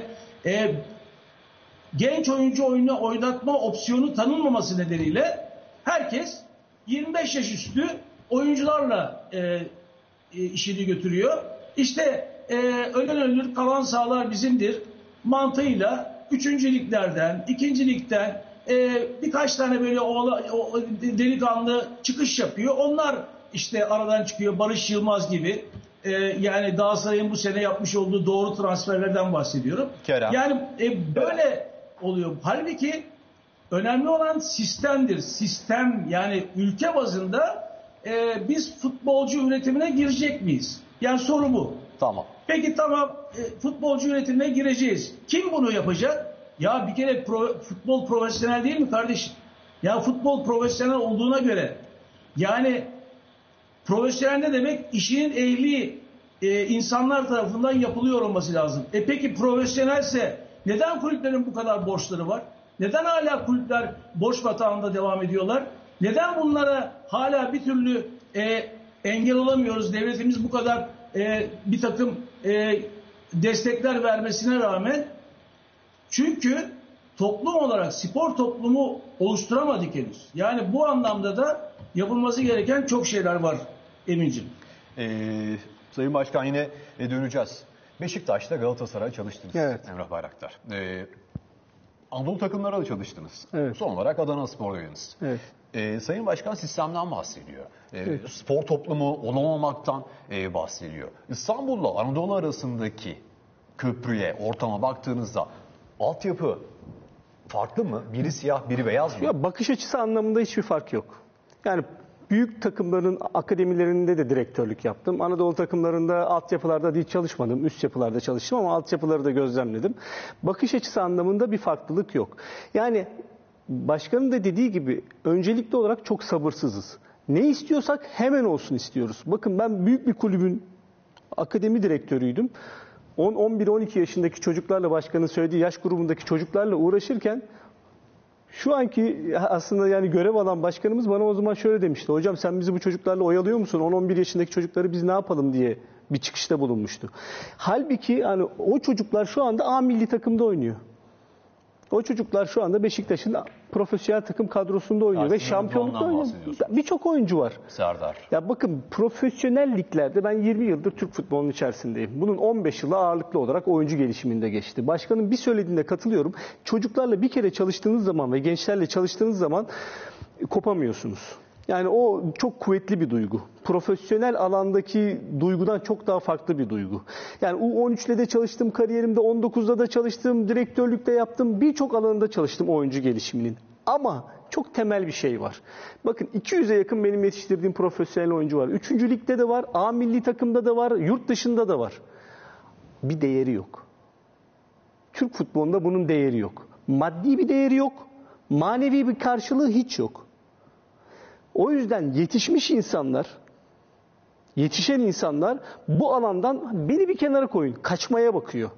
genç oyuncu oyunu oynatma opsiyonu tanınmaması nedeniyle herkes 25 yaş üstü oyuncularla işini götürüyor. İşte ölen ölür, kalan sağlar bizimdir mantığıyla 3. liglerden, 2. ligden birkaç tane böyle delikanlı çıkış yapıyor. Onlar işte aradan çıkıyor. Barış Yılmaz gibi. Yani Galatasaray'ın bu sene yapmış olduğu doğru transferlerden bahsediyorum. Kerem. Yani böyle oluyor. Halbuki önemli olan sistemdir. Sistem, yani ülke bazında biz futbolcu üretimine girecek miyiz? Yani soru bu. Tamam. Peki tamam, futbolcu üretimine gireceğiz. Kim bunu yapacak? Ya bir kere futbol profesyonel değil mi kardeşim? Ya futbol profesyonel olduğuna göre, yani profesyonel ne demek? İşinin ehli insanlar tarafından yapılıyor olması lazım. Peki profesyonelse neden kulüplerin bu kadar borçları var? Neden hala kulüpler borç batağında devam ediyorlar? Neden bunlara hala bir türlü engel olamıyoruz? Devletimiz bu kadar bir takım destekler vermesine rağmen. Çünkü toplum olarak spor toplumu oluşturamadık henüz. Yani bu anlamda da yapılması gereken çok şeyler var Emin'ciğim. Sayın Başkan, yine döneceğiz. Beşiktaş'ta Galatasaray çalıştınız. Evet. Emrah Bayraktar. Anadolu takımlara da çalıştınız. Evet. Son olarak Adana Spor'daydınız. Evet. Sayın Başkan sistemden bahsediyor. Evet. Spor toplumu olamamaktan bahsediyor. İstanbul'la Anadolu arasındaki köprüye, ortama baktığınızda altyapı farklı mı? Biri siyah, biri beyaz mı? Ya bakış açısı anlamında hiçbir fark yok. Yani Büyük takımların akademilerinde de direktörlük yaptım. Anadolu takımlarında altyapılarda değil çalışmadım. Üst yapılarda çalıştım ama altyapıları da gözlemledim. Bakış açısı anlamında bir farklılık yok. Yani başkanın da dediği gibi öncelikli olarak çok sabırsızız. Ne istiyorsak hemen olsun istiyoruz. Bakın ben büyük bir kulübün akademi direktörüydüm. 10, 11, 12 yaşındaki çocuklarla, başkanın söylediği yaş grubundaki çocuklarla uğraşırken şu anki aslında yani görev alan başkanımız bana o zaman şöyle demişti. Hocam sen bizi bu çocuklarla oyalıyor musun? 10-11 yaşındaki çocukları biz ne yapalım diye bir çıkışta bulunmuştu. Halbuki hani o çocuklar şu anda A milli takımda oynuyor. O çocuklar şu anda Beşiktaş'ın profesyonel takım kadrosunda oynuyor ve şampiyonlukta oynuyor. Birçok oyuncu var. Serdar. Ya bakın profesyonel liglerde ben 20 yıldır Türk futbolunun içerisindeyim. Bunun 15 yılı ağırlıklı olarak oyuncu gelişiminde geçti. Başkanın bir söylediğinde katılıyorum. Çocuklarla bir kere çalıştığınız zaman ve gençlerle çalıştığınız zaman kopamıyorsunuz. Yani o çok kuvvetli bir duygu. Profesyonel alandaki duygudan çok daha farklı bir duygu. Yani U13'le de çalıştım, kariyerimde 19'da da çalıştım, direktörlükte yaptım, birçok alanında çalıştım oyuncu gelişiminin. Ama çok temel bir şey var. Bakın 200'e yakın benim yetiştirdiğim profesyonel oyuncu var. 3. ligde de var, A milli takımda da var, yurt dışında da var. Bir değeri yok. Türk futbolunda bunun değeri yok. Maddi bir değeri yok, manevi bir karşılığı hiç yok. O yüzden yetişmiş insanlar, yetişen insanlar bu alandan beni bir kenara koyun, kaçmaya bakıyor.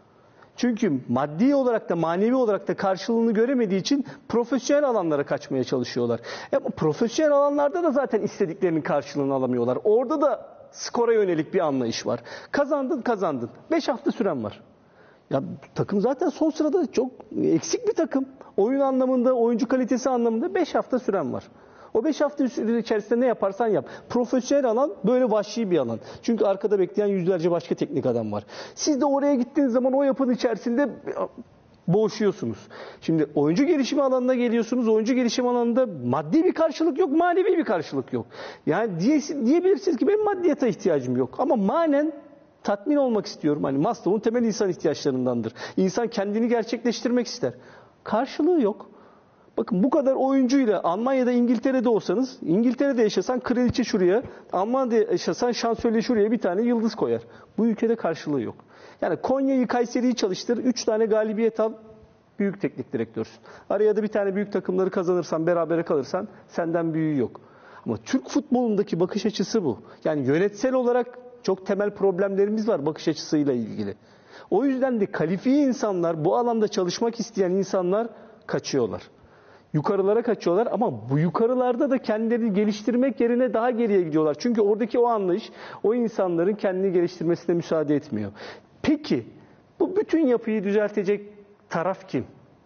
Çünkü maddi olarak da manevi olarak da karşılığını göremediği için profesyonel alanlara kaçmaya çalışıyorlar. Ama profesyonel alanlarda da zaten istediklerinin karşılığını alamıyorlar. Orada da skora yönelik bir anlayış var. Kazandın. 5 hafta süren var. Ya takım zaten son sırada çok eksik bir takım. Oyun anlamında, oyuncu kalitesi anlamında 5 hafta süren var. O 5 hafta içerisinde ne yaparsan yap. Profesyonel alan böyle vahşi bir alan. Çünkü arkada bekleyen yüzlerce başka teknik adam var. Siz de oraya gittiğiniz zaman o yapının içerisinde boğuşuyorsunuz. Şimdi oyuncu gelişimi alanına geliyorsunuz. Oyuncu gelişim alanında maddi bir karşılık yok, manevi bir karşılık yok. Yani diyebilirsiniz ki benim maddiyata ihtiyacım yok. Ama manen tatmin olmak istiyorum. Hani Maslow'un temel insan ihtiyaçlarındandır. İnsan kendini gerçekleştirmek ister. Karşılığı yok. Bakın bu kadar oyuncuyla Almanya'da, İngiltere'de olsanız, İngiltere'de yaşasan kraliçe şuraya, Almanya'da yaşasan şansölye şuraya bir tane yıldız koyar. Bu ülkede karşılığı yok. Yani Konya'yı, Kayseri'yi çalıştır, 3 tane galibiyet al, büyük teknik direktörsün. Araya da bir tane büyük takımları kazanırsan, berabere kalırsan senden büyüğü yok. Ama Türk futbolundaki bakış açısı bu. Yani yönetsel olarak çok temel problemlerimiz var bakış açısıyla ilgili. O yüzden de kalifiye insanlar, bu alanda çalışmak isteyen insanlar kaçıyorlar. Yukarılara kaçıyorlar ama bu yukarılarda da kendilerini geliştirmek yerine daha geriye gidiyorlar. Çünkü oradaki o anlayış o insanların kendini geliştirmesine müsaade etmiyor. Peki bu bütün yapıyı düzeltecek taraf kim?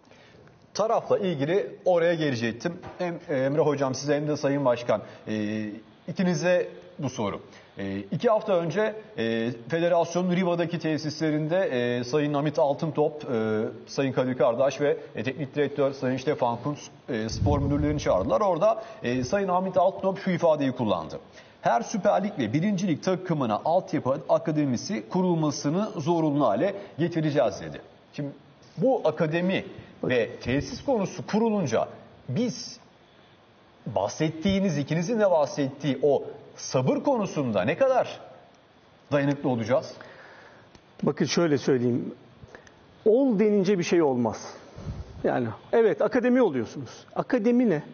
Tarafla ilgili oraya gelecektim. Hem Emre Hocam size hem de Sayın Başkan ikinize bu soru. 2 hafta önce federasyonun Riva'daki tesislerinde Sayın Hamit Altıntop, Sayın Kadir Kardaş ve teknik direktör Sayın Stefan Kuntz spor müdürlerini çağırdılar. Orada Sayın Hamit Altıntop şu ifadeyi kullandı. Her Süper Lig ve 1. Lig takımına altyapı akademisi kurulmasını zorunlu hale getireceğiz dedi. Şimdi bu akademi ve tesis konusu kurulunca biz bahsettiğiniz, ikinizin de bahsettiği o sabır konusunda ne kadar dayanıklı olacağız? Bakın şöyle söyleyeyim. Ol denince bir şey olmaz. Yani evet akademi oluyorsunuz. Akademi ne?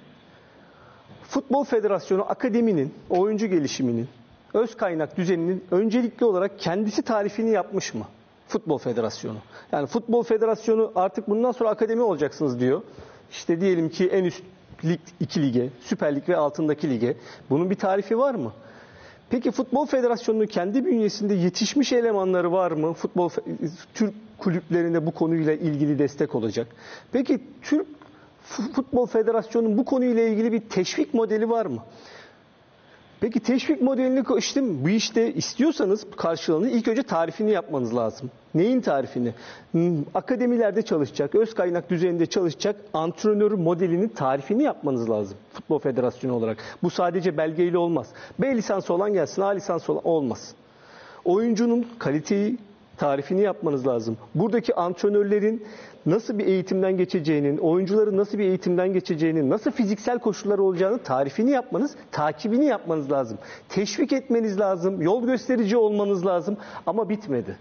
Futbol Federasyonu akademinin, oyuncu gelişiminin, öz kaynak düzeninin öncelikli olarak kendisi tarifini yapmış mı? Futbol Federasyonu. Yani Futbol Federasyonu artık bundan sonra akademi olacaksınız diyor. İşte diyelim ki en üst lig 2 lige, Süper Lig ve altındaki lige. Bunun bir tarifi var mı? Peki Futbol Federasyonu'nun kendi bünyesinde yetişmiş elemanları var mı? Türk kulüplerinde bu konuyla ilgili destek olacak. Peki Türk Futbol Federasyonu'nun bu konuyla ilgili bir teşvik modeli var mı? Peki teşvik modelini bu işte istiyorsanız karşılığını ilk önce tarifini yapmanız lazım. Neyin tarifini? Akademilerde çalışacak, öz kaynak düzeyinde çalışacak antrenör modelinin tarifini yapmanız lazım Futbol Federasyonu olarak. Bu sadece belgeyle olmaz. B lisansı olan gelsin, A lisansı olan olmaz. Oyuncunun kaliteyi, tarifini yapmanız lazım. Buradaki antrenörlerin nasıl bir eğitimden geçeceğinin, oyuncuların nasıl bir eğitimden geçeceğinin, nasıl fiziksel koşullar olacağını tarifini yapmanız, takibini yapmanız lazım. Teşvik etmeniz lazım, yol gösterici olmanız lazım ama bitmedi.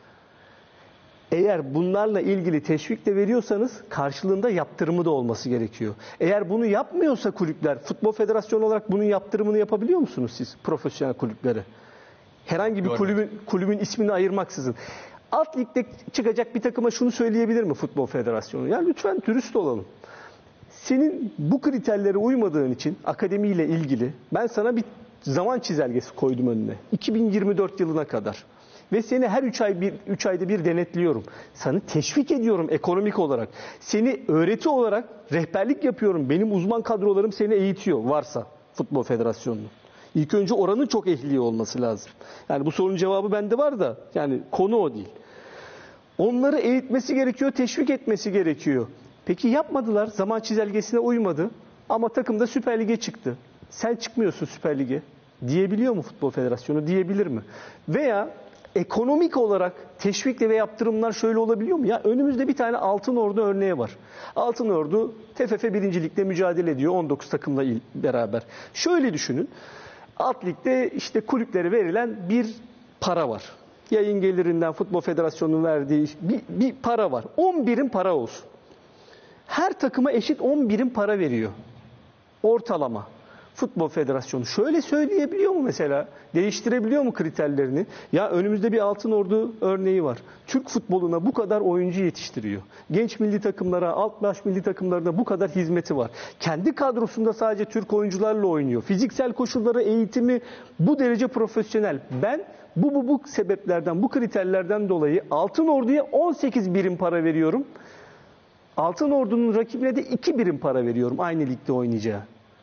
Eğer bunlarla ilgili teşvik de veriyorsanız karşılığında yaptırımı da olması gerekiyor. Eğer bunu yapmıyorsa kulüpler, Futbol Federasyonu olarak bunun yaptırımını yapabiliyor musunuz siz profesyonel kulüplere? Herhangi bir kulübün ismini ayırmaksızın. Alt ligde çıkacak bir takıma şunu söyleyebilir mi Futbol Federasyonu? Ya lütfen dürüst olalım. Senin bu kriterlere uymadığın için akademiyle ilgili ben sana bir zaman çizelgesi koydum önüne. 2024 yılına kadar. Ve seni her 3 ayda bir denetliyorum. Seni teşvik ediyorum ekonomik olarak. Seni öğreti olarak rehberlik yapıyorum. Benim uzman kadrolarım seni eğitiyor varsa Futbol Federasyonu'nun. İlk önce oranın çok ehli olması lazım. Yani bu sorunun cevabı bende var da yani konu o değil. Onları eğitmesi gerekiyor, teşvik etmesi gerekiyor. Peki yapmadılar, zaman çizelgesine uymadı ama takım da Süper Lig'e çıktı. Sen çıkmıyorsun Süper Lig'e diyebiliyor mu Futbol Federasyonu? Diyebilir mi? Veya ekonomik olarak teşvikle ve yaptırımlar şöyle olabiliyor mu? Ya önümüzde bir tane Altınordu örneği var. Altınordu TFF 1. Lig'de mücadele ediyor 19 takımla beraber. Şöyle düşünün. Alt ligde işte kulüplere verilen bir para var. Yayın gelirinden Futbol Federasyonu'nun verdiği bir para var. 10 birim para olsun. Her takıma eşit 10 birim para veriyor. Ortalama. Futbol Federasyonu şöyle söyleyebiliyor mu mesela? Değiştirebiliyor mu kriterlerini? Ya önümüzde bir Altınordu örneği var. Türk futboluna bu kadar oyuncu yetiştiriyor. Genç milli takımlara, alt baş milli takımlarına bu kadar hizmeti var. Kendi kadrosunda sadece Türk oyuncularla oynuyor. Fiziksel koşulları, eğitimi bu derece profesyonel. Ben bu sebeplerden, bu kriterlerden dolayı Altınordu'ya 18 birim para veriyorum. Altınordu'nun rakibine de 2 birim para veriyorum aynı ligde oynayacağı.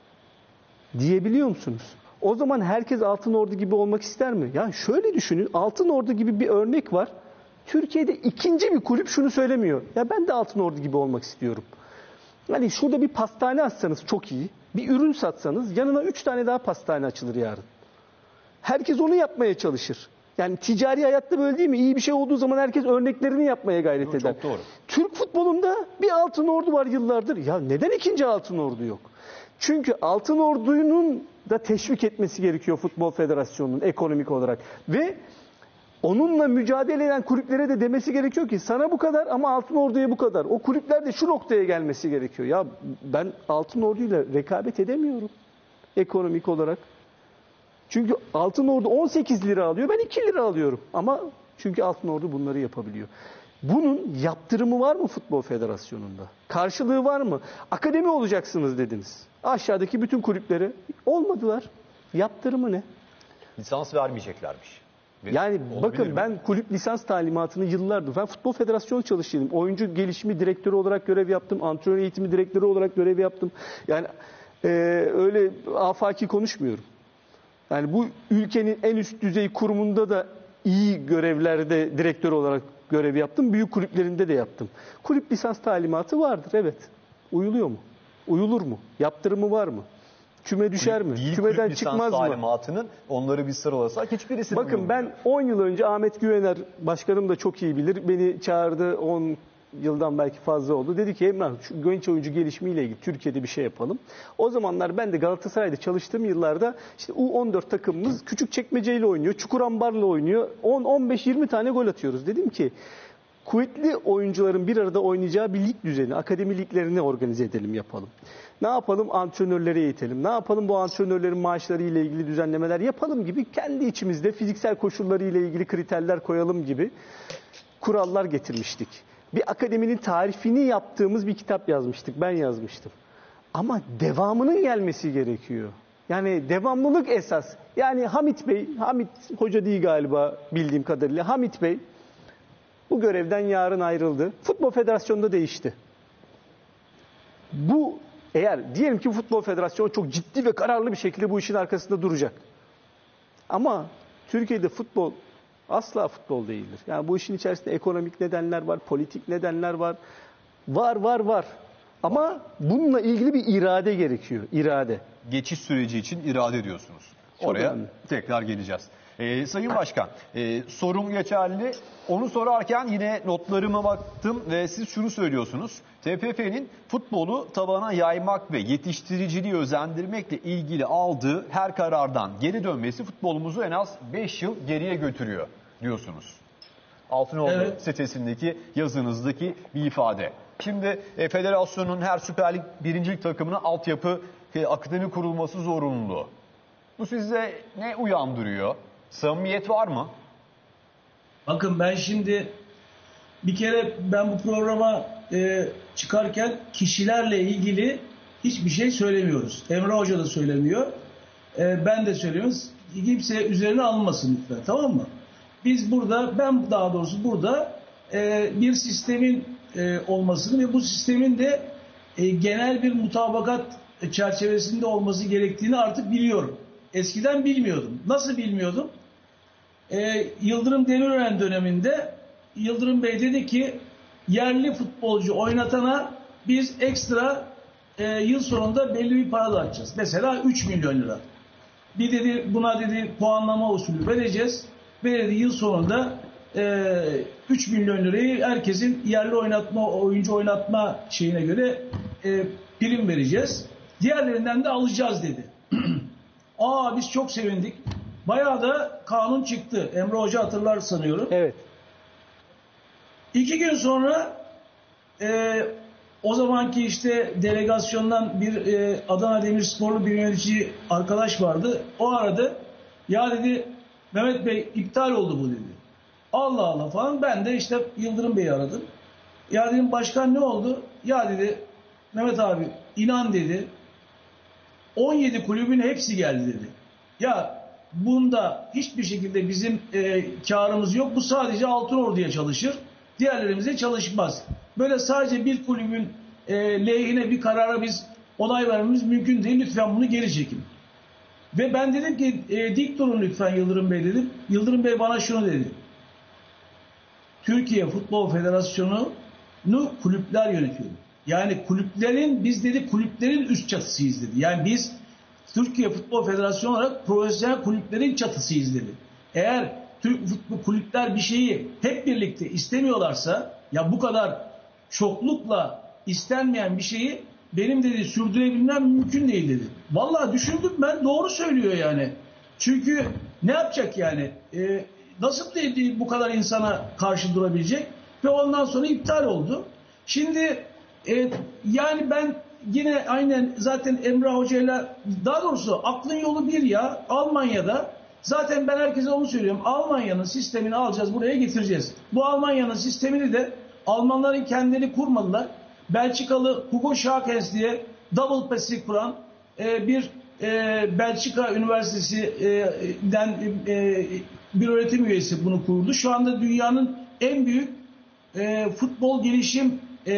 Diyebiliyor musunuz? O zaman herkes Altınordu gibi olmak ister mi? Ya şöyle düşünün, Altınordu gibi bir örnek var. Türkiye'de ikinci bir kulüp şunu söylemiyor. Ya ben de Altınordu gibi olmak istiyorum. Hani şurada bir pastane açsanız çok iyi. Bir ürün satsanız yanına 3 tane daha pastane açılır yarın. Herkes onu yapmaya çalışır. Yani ticari hayatta böyle değil mi? İyi bir şey olduğu zaman herkes örneklerini yapmaya gayret eder. Çok doğru. Türk futbolunda bir Altınordu var yıllardır. Ya neden ikinci Altınordu yok? Çünkü Altınordu'nun da teşvik etmesi gerekiyor Futbol Federasyonu'nun ekonomik olarak. Ve onunla mücadele eden kulüplere de demesi gerekiyor ki sana bu kadar ama Altınordu'ya bu kadar. O kulüpler de şu noktaya gelmesi gerekiyor. Ya ben Altınordu'yla rekabet edemiyorum ekonomik olarak. Çünkü Altınordu 18 lira alıyor, ben 2 lira alıyorum. Ama çünkü Altınordu bunları yapabiliyor. Bunun yaptırımı var mı Futbol Federasyonu'nda? Karşılığı var mı? Akademi olacaksınız dediniz. Aşağıdaki bütün kulüplere olmadılar. Yaptırımı ne? Lisans vermeyeceklermiş. Yani Olabilir bakın mi? ben kulüp lisans talimatını yıllardır, ben Futbol Federasyonu çalışıyordum. Oyuncu gelişimi direktörü olarak görev yaptım. Antrenör eğitimi direktörü olarak görev yaptım. Yani öyle afaki konuşmuyorum. Yani bu ülkenin en üst düzey kurumunda da iyi görevlerde direktör olarak görev yaptım. Büyük kulüplerinde de yaptım. Kulüp lisans talimatı vardır, evet. Uyuluyor mu? Uyulur mu? Yaptırımı var mı? Küme düşer mi? Değil, Kümeden kulüp çıkmaz lisans mı? talimatının onları bir sıralasak hiçbirisi. Bakın ben 10 yıl önce Ahmet Güvener başkanım da çok iyi bilir. Beni çağırdı 10 yıldan belki fazla oldu. Dedi ki Emrah şu genç oyuncu gelişimiyle ilgili Türkiye'de bir şey yapalım. O zamanlar ben de Galatasaray'da çalıştığım yıllarda işte U14 takımımız Küçükçekmece ile oynuyor. Çukurambar'la oynuyor. 10-15-20 tane gol atıyoruz. Dedim ki kuvvetli oyuncuların bir arada oynayacağı bir lig düzeni, akademi liglerini organize edelim, yapalım. Ne yapalım? Antrenörleri eğitelim. Ne yapalım? Bu antrenörlerin maaşları ile ilgili düzenlemeler yapalım gibi kendi içimizde fiziksel koşulları ile ilgili kriterler koyalım gibi kurallar getirmiştik. Bir akademinin tarifini yaptığımız bir kitap yazmıştık. Ben yazmıştım. Ama devamının gelmesi gerekiyor. Yani devamlılık esas. Yani Hamit Bey, Hamit Hoca değil galiba bildiğim kadarıyla. Hamit Bey bu görevden yarın ayrıldı. Futbol Federasyonu'nda değişti. Bu eğer diyelim ki Futbol Federasyonu çok ciddi ve kararlı bir şekilde bu işin arkasında duracak. Ama Türkiye'de futbol asla futbol değildir. Yani bu işin içerisinde ekonomik nedenler var, politik nedenler var. Var. Ama bununla ilgili bir irade gerekiyor. İrade. Geçiş süreci için irade diyorsunuz. Çok Oraya önemli. tekrar geleceğiz. Sayın Başkan, sorum geçerli. Onu sorarken yine notlarıma baktım ve siz şunu söylüyorsunuz. TFF'nin futbolu tabana yaymak ve yetiştiriciliği özendirmekle ilgili aldığı her karardan geri dönmesi futbolumuzu en az 5 yıl geriye götürüyor diyorsunuz. Altınoğlu sitesindeki yazınızdaki bir ifade. Şimdi federasyonun her Süper Lig birincilik takımına altyapı akademi kurulması zorunlu. Bu size ne uyandırıyor? Samimiyet var mı? Bakın ben şimdi bir kere ben bu programa çıkarken kişilerle ilgili hiçbir şey söylemiyoruz. Emre Hoca da söylemiyor. Ben de söylüyorum. Kimse üzerine alınmasın lütfen, tamam mı? Biz burada, ben daha doğrusu burada bir sistemin olmasını ve bu sistemin de genel bir mutabakat çerçevesinde olması gerektiğini artık biliyorum. Eskiden bilmiyordum. Nasıl bilmiyordum? Yıldırım Demirören döneminde Yıldırım Bey dedi ki yerli futbolcu oynatana biz ekstra yıl sonunda belli bir para dağıtacağız. Mesela 3 milyon lira. Bir dedi buna dedi puanlama usulü vereceğiz. Ve dedi yıl sonunda 3 milyon lirayı herkesin yerli oyuncu oynatma şeyine göre prim vereceğiz. Diğerlerinden de alacağız dedi. Biz çok sevindik. Bayağı da kanun çıktı. Emre Hoca hatırlar sanıyorum. Evet. 2 gün sonra o zamanki işte delegasyondan bir Adana Demirsporlu bir yönetici arkadaş vardı. O aradı. Ya dedi Mehmet Bey iptal oldu bu dedi. Allah Allah falan. Ben de işte Yıldırım Bey'i aradım. Ya dedim başkan ne oldu? Ya dedi Mehmet abi inan dedi 17 kulübün hepsi geldi dedi. Ya bunda hiçbir şekilde bizim karımız yok. Bu sadece Altınordu'ya çalışır. Diğerlerimize çalışmaz. Böyle sadece bir kulübün lehine bir karara biz onay vermemiz mümkün değil. Lütfen bunu geri çekin. Ve ben dedim ki dik durun lütfen Yıldırım Bey dedim. Yıldırım Bey bana şunu dedi. Türkiye Futbol Federasyonu'nu kulüpler yönetiyor. Yani kulüplerin biz dedi kulüplerin üst çatısıyız dedi. Yani biz Türkiye Futbol Federasyonu olarak profesyonel kulüplerin çatısıyız dedi. Eğer Türk futbol kulüpler bir şeyi hep birlikte istemiyorlarsa ya bu kadar çoklukla istenmeyen bir şeyi benim dedi sürdürebilmem mümkün değil dedi. Vallahi düşündüm ben doğru söylüyor yani. Çünkü ne yapacak yani? Nasıl dedi bu kadar insana karşı durabilecek? Ve ondan sonra iptal oldu. Şimdi yani ben yine aynen zaten Emre Hoca'yla daha doğrusu aklın yolu bir ya Almanya'da zaten ben herkese onu söylüyorum. Almanya'nın sistemini alacağız buraya getireceğiz. Bu Almanya'nın sistemini de Almanların kendileri kurmadılar. Belçikalı Hugo Schakens diye double pass'i kuran bir Belçika Üniversitesi'den bir öğretim üyesi bunu kurdu. Şu anda dünyanın en büyük futbol gelişim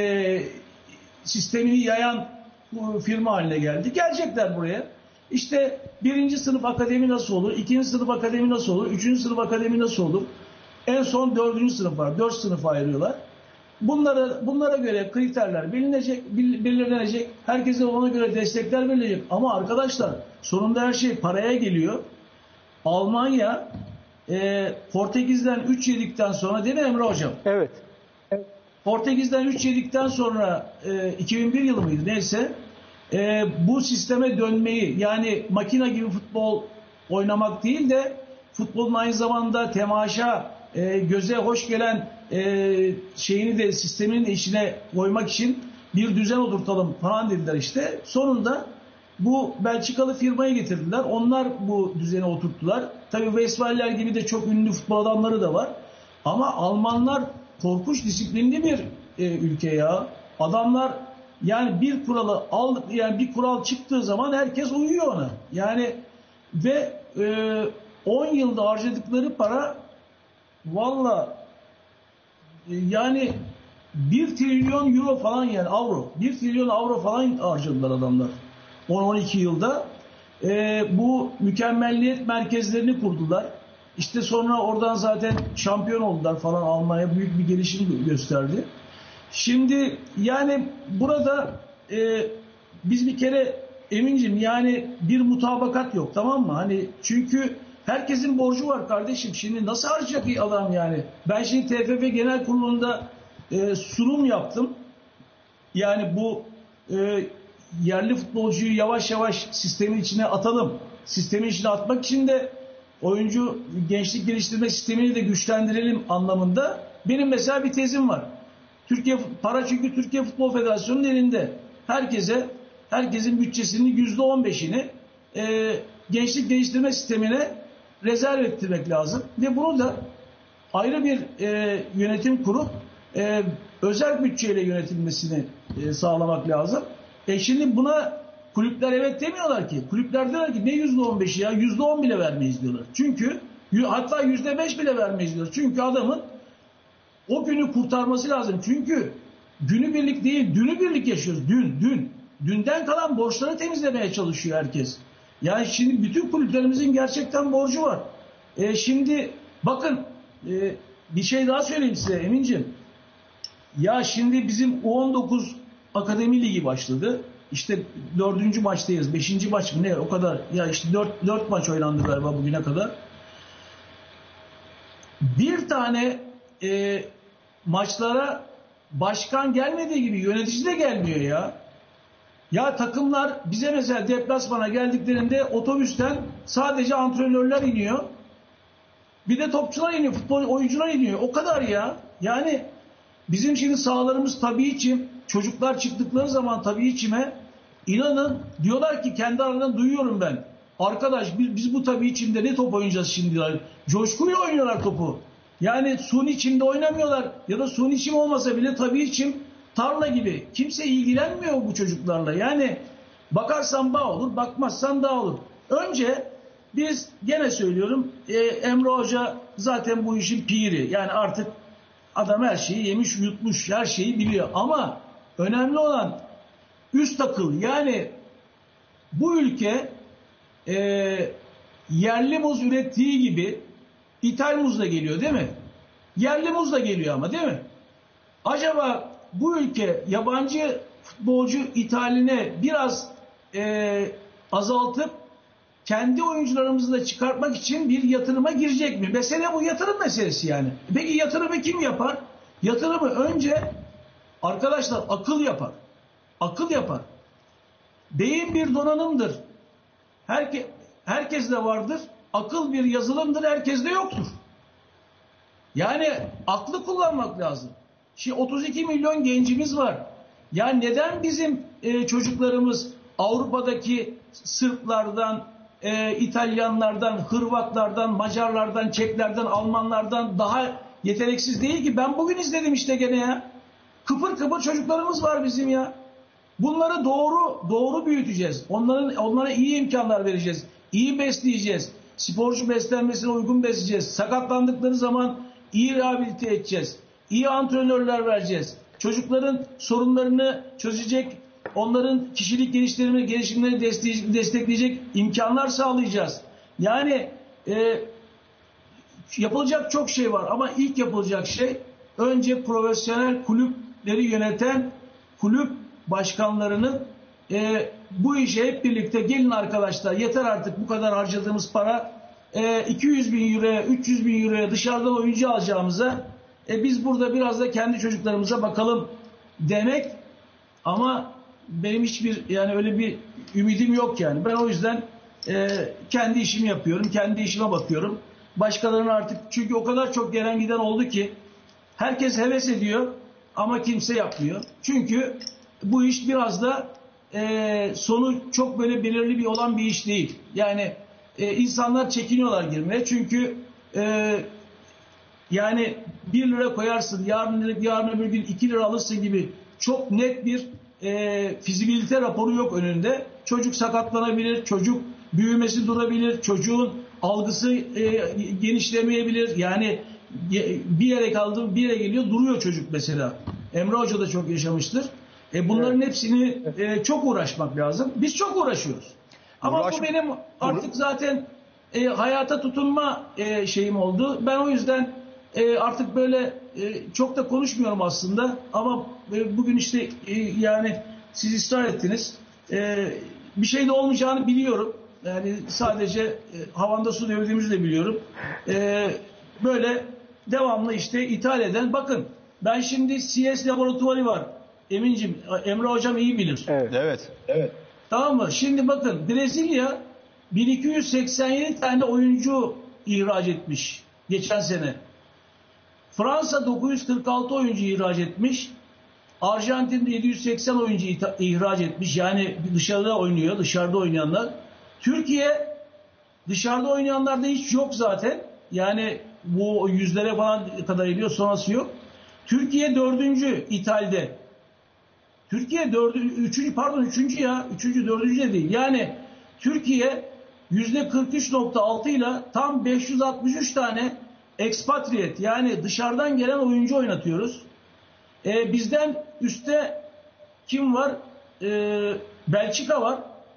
sistemini yayan firma haline geldi. Gelecekler buraya. İşte 1. sınıf akademi nasıl olur? 2. sınıf akademi nasıl olur? 3. sınıf akademi nasıl olur? En son 4. sınıf var. 4 sınıfa ayırıyorlar. Bunlara göre kriterler belirlenecek. Herkese ona göre destekler verilecek. Ama arkadaşlar sonunda her şey paraya geliyor. Almanya Portekiz'den 3 yedikten sonra değil mi Emre Hocam? Evet. Portekiz'den 3 yedikten sonra 2001 yılı mıydı neyse bu sisteme dönmeyi yani makina gibi futbol oynamak değil de futbolun aynı zamanda temaşa göze hoş gelen şeyini de sisteminin içine koymak için bir düzen oturtalım falan dediler işte. Sonunda bu Belçikalı firmayı getirdiler. Onlar bu düzeni oturttular. Tabii Westfaller gibi de çok ünlü futbol adamları da var. Ama Almanlar korkunç disiplinli bir ülke ya. Adamlar yani bir kuralı yani bir kural çıktığı zaman herkes uyuyor ona. Yani ve 10 yılda harcadıkları para valla yani 1 trilyon euro falan yani avro. 1 trilyon avro falan harcadılar adamlar. 10-12 yılda. Bu mükemmelliyet merkezlerini kurdular. İşte sonra oradan zaten şampiyon oldular falan. Almanya büyük bir gelişim gösterdi. Şimdi yani burada biz bir kere Emin'cim yani bir mutabakat yok tamam mı? Hani çünkü Herkesin borcu var kardeşim. Şimdi nasıl harcayacak bir adam yani? Ben şimdi TFF Genel Kurulu'nda sunum yaptım. Yani bu yerli futbolcuyu yavaş yavaş sistemin içine atalım. Sistemin içine atmak için de oyuncu gençlik geliştirme sistemini de güçlendirelim anlamında. Benim mesela bir tezim var. Çünkü Türkiye Futbol Federasyonu'nun elinde. Herkesin bütçesinin %15'ini gençlik geliştirme sistemine rezerv ettirmek lazım. Ve bunu da ayrı bir yönetim kurup özel bütçeyle yönetilmesini sağlamak lazım. Şimdi buna kulüpler evet demiyorlar ki. Kulüpler diyorlar ki ne %15'i ya, %10 bile vermeyiz diyorlar. Çünkü hatta %5 bile vermeyiz diyorlar. Çünkü adamın o günü kurtarması lazım. Çünkü günübirlik değil, dünübirlik yaşıyoruz. Dünden kalan borçları temizlemeye çalışıyor herkes. Yani şimdi bütün kulüplerimizin gerçekten borcu var. Şimdi bakın bir şey daha söyleyeyim size Emin'ciğim. Ya şimdi bizim U19 Akademi Ligi başladı. İşte 4. maçtayız. 5. maç mı ne o kadar. Ya işte 4 maç oynandı galiba bugüne kadar. Bir tane maçlara başkan gelmediği gibi yönetici de gelmiyor ya. Ya takımlar bize mesela deplasmana geldiklerinde otobüsten sadece antrenörler iniyor. Bir de topçular iniyor, futbol oyuncular iniyor. O kadar ya. Yani bizim şimdi sahalarımız tabii çim. Çocuklar çıktıkları zaman tabii çime inanın diyorlar ki kendi aralarından duyuyorum ben. Arkadaş biz bu tabii çimde ne top oynayacağız şimdi diyorlar. Coşkuyla oynuyorlar topu. Yani suni çimde oynamıyorlar. Ya da suni çim olmasa bile tabii çim tarla gibi. Kimse ilgilenmiyor bu çocuklarla. Yani bakarsan bağ olur, bakmazsan dağ olur. Önce biz gene söylüyorum Emre Hoca zaten bu işin piri. Yani artık adam her şeyi yemiş yutmuş, her şeyi biliyor. Ama önemli olan üst akıl. Yani bu ülke yerli muz ürettiği gibi ithal muz da geliyor değil mi? Yerli muz da geliyor ama değil mi? Acaba bu ülke yabancı futbolcu ithaline biraz azaltıp kendi oyuncularımızı da çıkartmak için bir yatırıma girecek mi? Mesele bu yatırım meselesi yani. Peki yatırımı kim yapar? Yatırımı önce arkadaşlar akıl yapar. Akıl yapar. Beyin bir donanımdır. Herkeste vardır. Akıl bir yazılımdır. Herkeste yoktur. Yani aklı kullanmak lazım. Şimdi 32 milyon gencimiz var. Ya neden bizim çocuklarımız Avrupa'daki Sırplardan, İtalyanlardan, Hırvatlardan, Macarlardan, Çeklerden, Almanlardan daha yeteneksiz değil ki? Ben bugün izledim işte gene ya. Kıpır kıpır çocuklarımız var bizim ya. Bunları doğru büyüteceğiz. Onlara iyi imkanlar vereceğiz. İyi besleyeceğiz. Sporcu beslenmesine uygun besleyeceğiz. Sakatlandıkları zaman iyi rehabilite edeceğiz. İyi antrenörler vereceğiz. Çocukların sorunlarını çözecek, onların kişilik gelişimlerini destekleyecek imkanlar sağlayacağız. Yani yapılacak çok şey var ama ilk yapılacak şey önce profesyonel kulüpleri yöneten kulüp başkanlarının bu işe hep birlikte gelin arkadaşlar yeter artık bu kadar harcadığımız para 200 bin euroya 300 bin euroya dışarıdan oyuncu alacağımıza biz burada biraz da kendi çocuklarımıza bakalım demek ama benim hiçbir yani öyle bir ümidim yok yani. Ben o yüzden kendi işimi yapıyorum. Kendi işime bakıyorum. Başkalarının artık çünkü o kadar çok gelen giden oldu ki herkes heves ediyor ama kimse yapmıyor. Çünkü bu iş biraz da sonu çok böyle belirli bir olan bir iş değil. Yani insanlar çekiniyorlar girmeye. Çünkü yani 1 lira koyarsın yarın öbür gün 2 lira alırsın gibi çok net bir fizibilite raporu yok önünde. Çocuk sakatlanabilir, çocuk büyümesi durabilir, çocuğun algısı genişlemeyebilir. Yani bir yere kaldı, bir yere geliyor, duruyor çocuk mesela. Emre Hoca da çok yaşamıştır. Bunların hepsini çok uğraşmak lazım. Biz çok uğraşıyoruz. Ama bu benim artık zaten hayata tutunma şeyim oldu. Ben o yüzden artık böyle çok da konuşmuyorum aslında. Ama bugün işte yani siz ısrar ettiniz. Bir şey de olmayacağını biliyorum. Yani sadece havanda su devirdiğimizi de biliyorum. Böyle devamlı işte ithal eden. Bakın ben şimdi CS laboratuvarı var. Emin'cim, Emre Hocam iyi bilir. Evet. Tamam mı? Şimdi bakın Brezilya 1287 tane oyuncu ihraç etmiş geçen sene. Fransa 946 oyuncu ihraç etmiş. Arjantin 780 oyuncu ihraç etmiş. Yani dışarıda oynuyor, dışarıda oynayanlar. Türkiye dışarıda oynayanlarda hiç yok zaten. Yani bu yüzlere falan kadar geliyor, sonrası yok. Türkiye 4. ithalde. Türkiye 3. ya. 3. 4. de değil. Yani Türkiye %43.6 ile tam 563 tane expatriate yani dışarıdan gelen oyuncu oynatıyoruz. Bizden üstte kim var? Belçika var.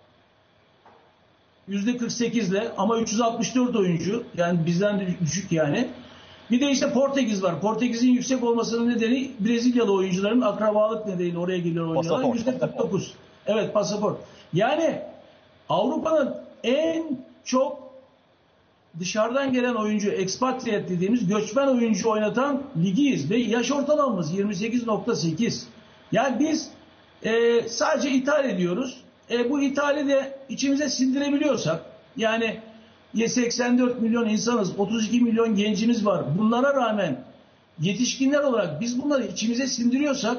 %48 ile ama 364 oyuncu. Yani bizden de düşük yani. Bir de işte Portekiz var. Portekiz'in yüksek olmasının nedeni Brezilyalı oyuncuların akrabalık nedeniyle oraya geliyor oyuncular. %49. Evet, pasaport. Yani Avrupa'nın en çok dışarıdan gelen oyuncu, expatriate dediğimiz göçmen oyuncu oynatan ligiyiz ve yaş ortalamamız 28.8. Yani biz sadece ithal ediyoruz. Bu ithali de içimize sindirebiliyorsak, yani 84 milyon insanız, 32 milyon gencimiz var. Bunlara rağmen yetişkinler olarak biz bunları içimize sindiriyorsak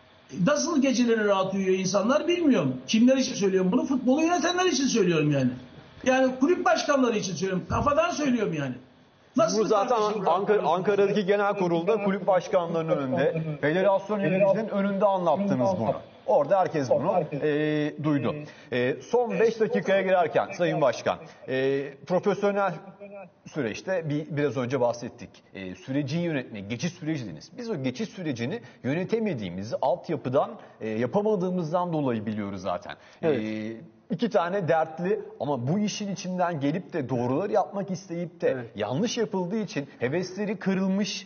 nasıl geceleri rahat uyuyor insanlar bilmiyorum. Kimler için söylüyorum bunu? Futbolu yönetenler için söylüyorum yani. Yani kulüp başkanları için söylüyorum. Kafadan söylüyorum yani. Bu zaten Ankara'daki genel kurulda kulüp başkanlarının önünde, federasyon yöneticinin önünde anlattınız bunu. Orada herkes bunu duydu. Son 5 dakikaya girerken Sayın Başkan, profesyonel süreçte biraz önce bahsettik. Süreci yönetmek, geçiş süreci dediniz. Biz o geçiş sürecini yönetemediğimizi, altyapıdan yapamadığımızdan dolayı biliyoruz zaten. Evet. 2 tane dertli ama bu işin içinden gelip de doğruları yapmak isteyip de yanlış yapıldığı için hevesleri kırılmış